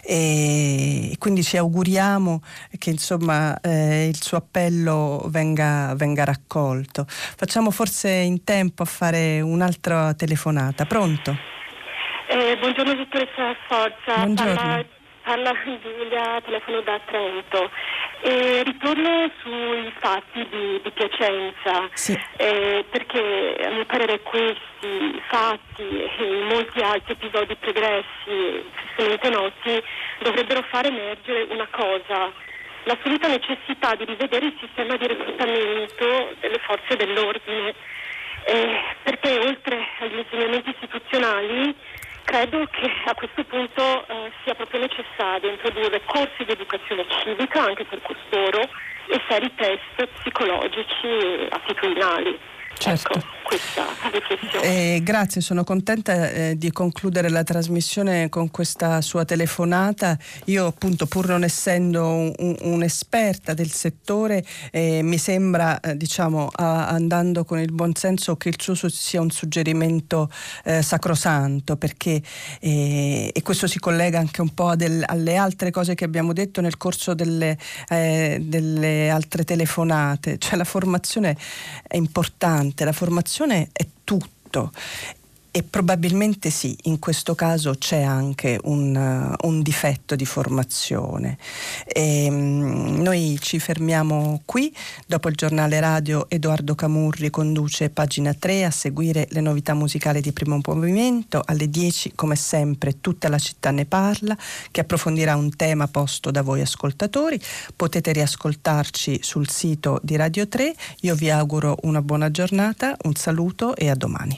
ci auguriamo che insomma il suo appello venga raccolto. Facciamo forse in tempo a fare un'altra telefonata. Pronto? Buongiorno dottoressa Sforza. Buongiorno. Parla Giulia, telefono da Trento. Ritorno sui fatti di Piacenza, sì. Perché a mio parere questi fatti e molti altri episodi pregressi, tristemente noti, dovrebbero far emergere una cosa: l'assoluta necessità di rivedere il sistema di reclutamento delle forze dell'ordine, perché oltre agli insegnamenti istituzionali credo che a questo punto sia proprio necessario introdurre corsi di educazione civica anche per costoro e seri test psicologici attitudinali. Certo. Ecco, questa riflessione. Grazie, sono contenta di concludere la trasmissione con questa sua telefonata. Io appunto, pur non essendo un'esperta del settore, mi sembra, andando con il buon senso, che il suo sia un suggerimento sacrosanto, perché e questo si collega anche un po' alle altre cose che abbiamo detto nel corso delle altre telefonate, cioè la formazione è importante. La formazione è tutto, e probabilmente sì, in questo caso c'è anche un difetto di formazione. Noi ci fermiamo qui. Dopo il giornale radio, Edoardo Camurri conduce Pagina 3, a seguire le novità musicali di Primo Movimento. Alle 10, come sempre, Tutta la città ne parla, che approfondirà un tema posto da voi ascoltatori. Potete riascoltarci sul sito di Radio 3. Io vi auguro una buona giornata, un saluto e a domani.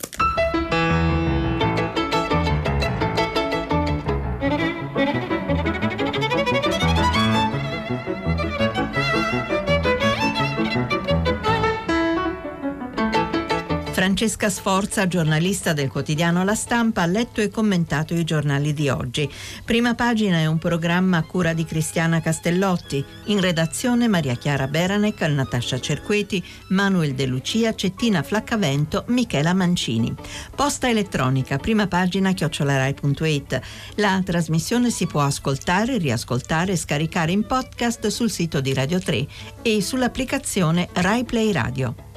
Francesca Sforza, giornalista del quotidiano La Stampa, ha letto e commentato i giornali di oggi. Prima Pagina è un programma a cura di Cristiana Castellotti. In redazione Maria Chiara Beranec, Natascia Cerqueti, Manuel De Lucia, Cettina Flaccavento, Michela Mancini. Posta elettronica primapagina@rai.it. La trasmissione si può ascoltare, riascoltare e scaricare in podcast sul sito di Radio 3 e sull'applicazione Rai Play Radio.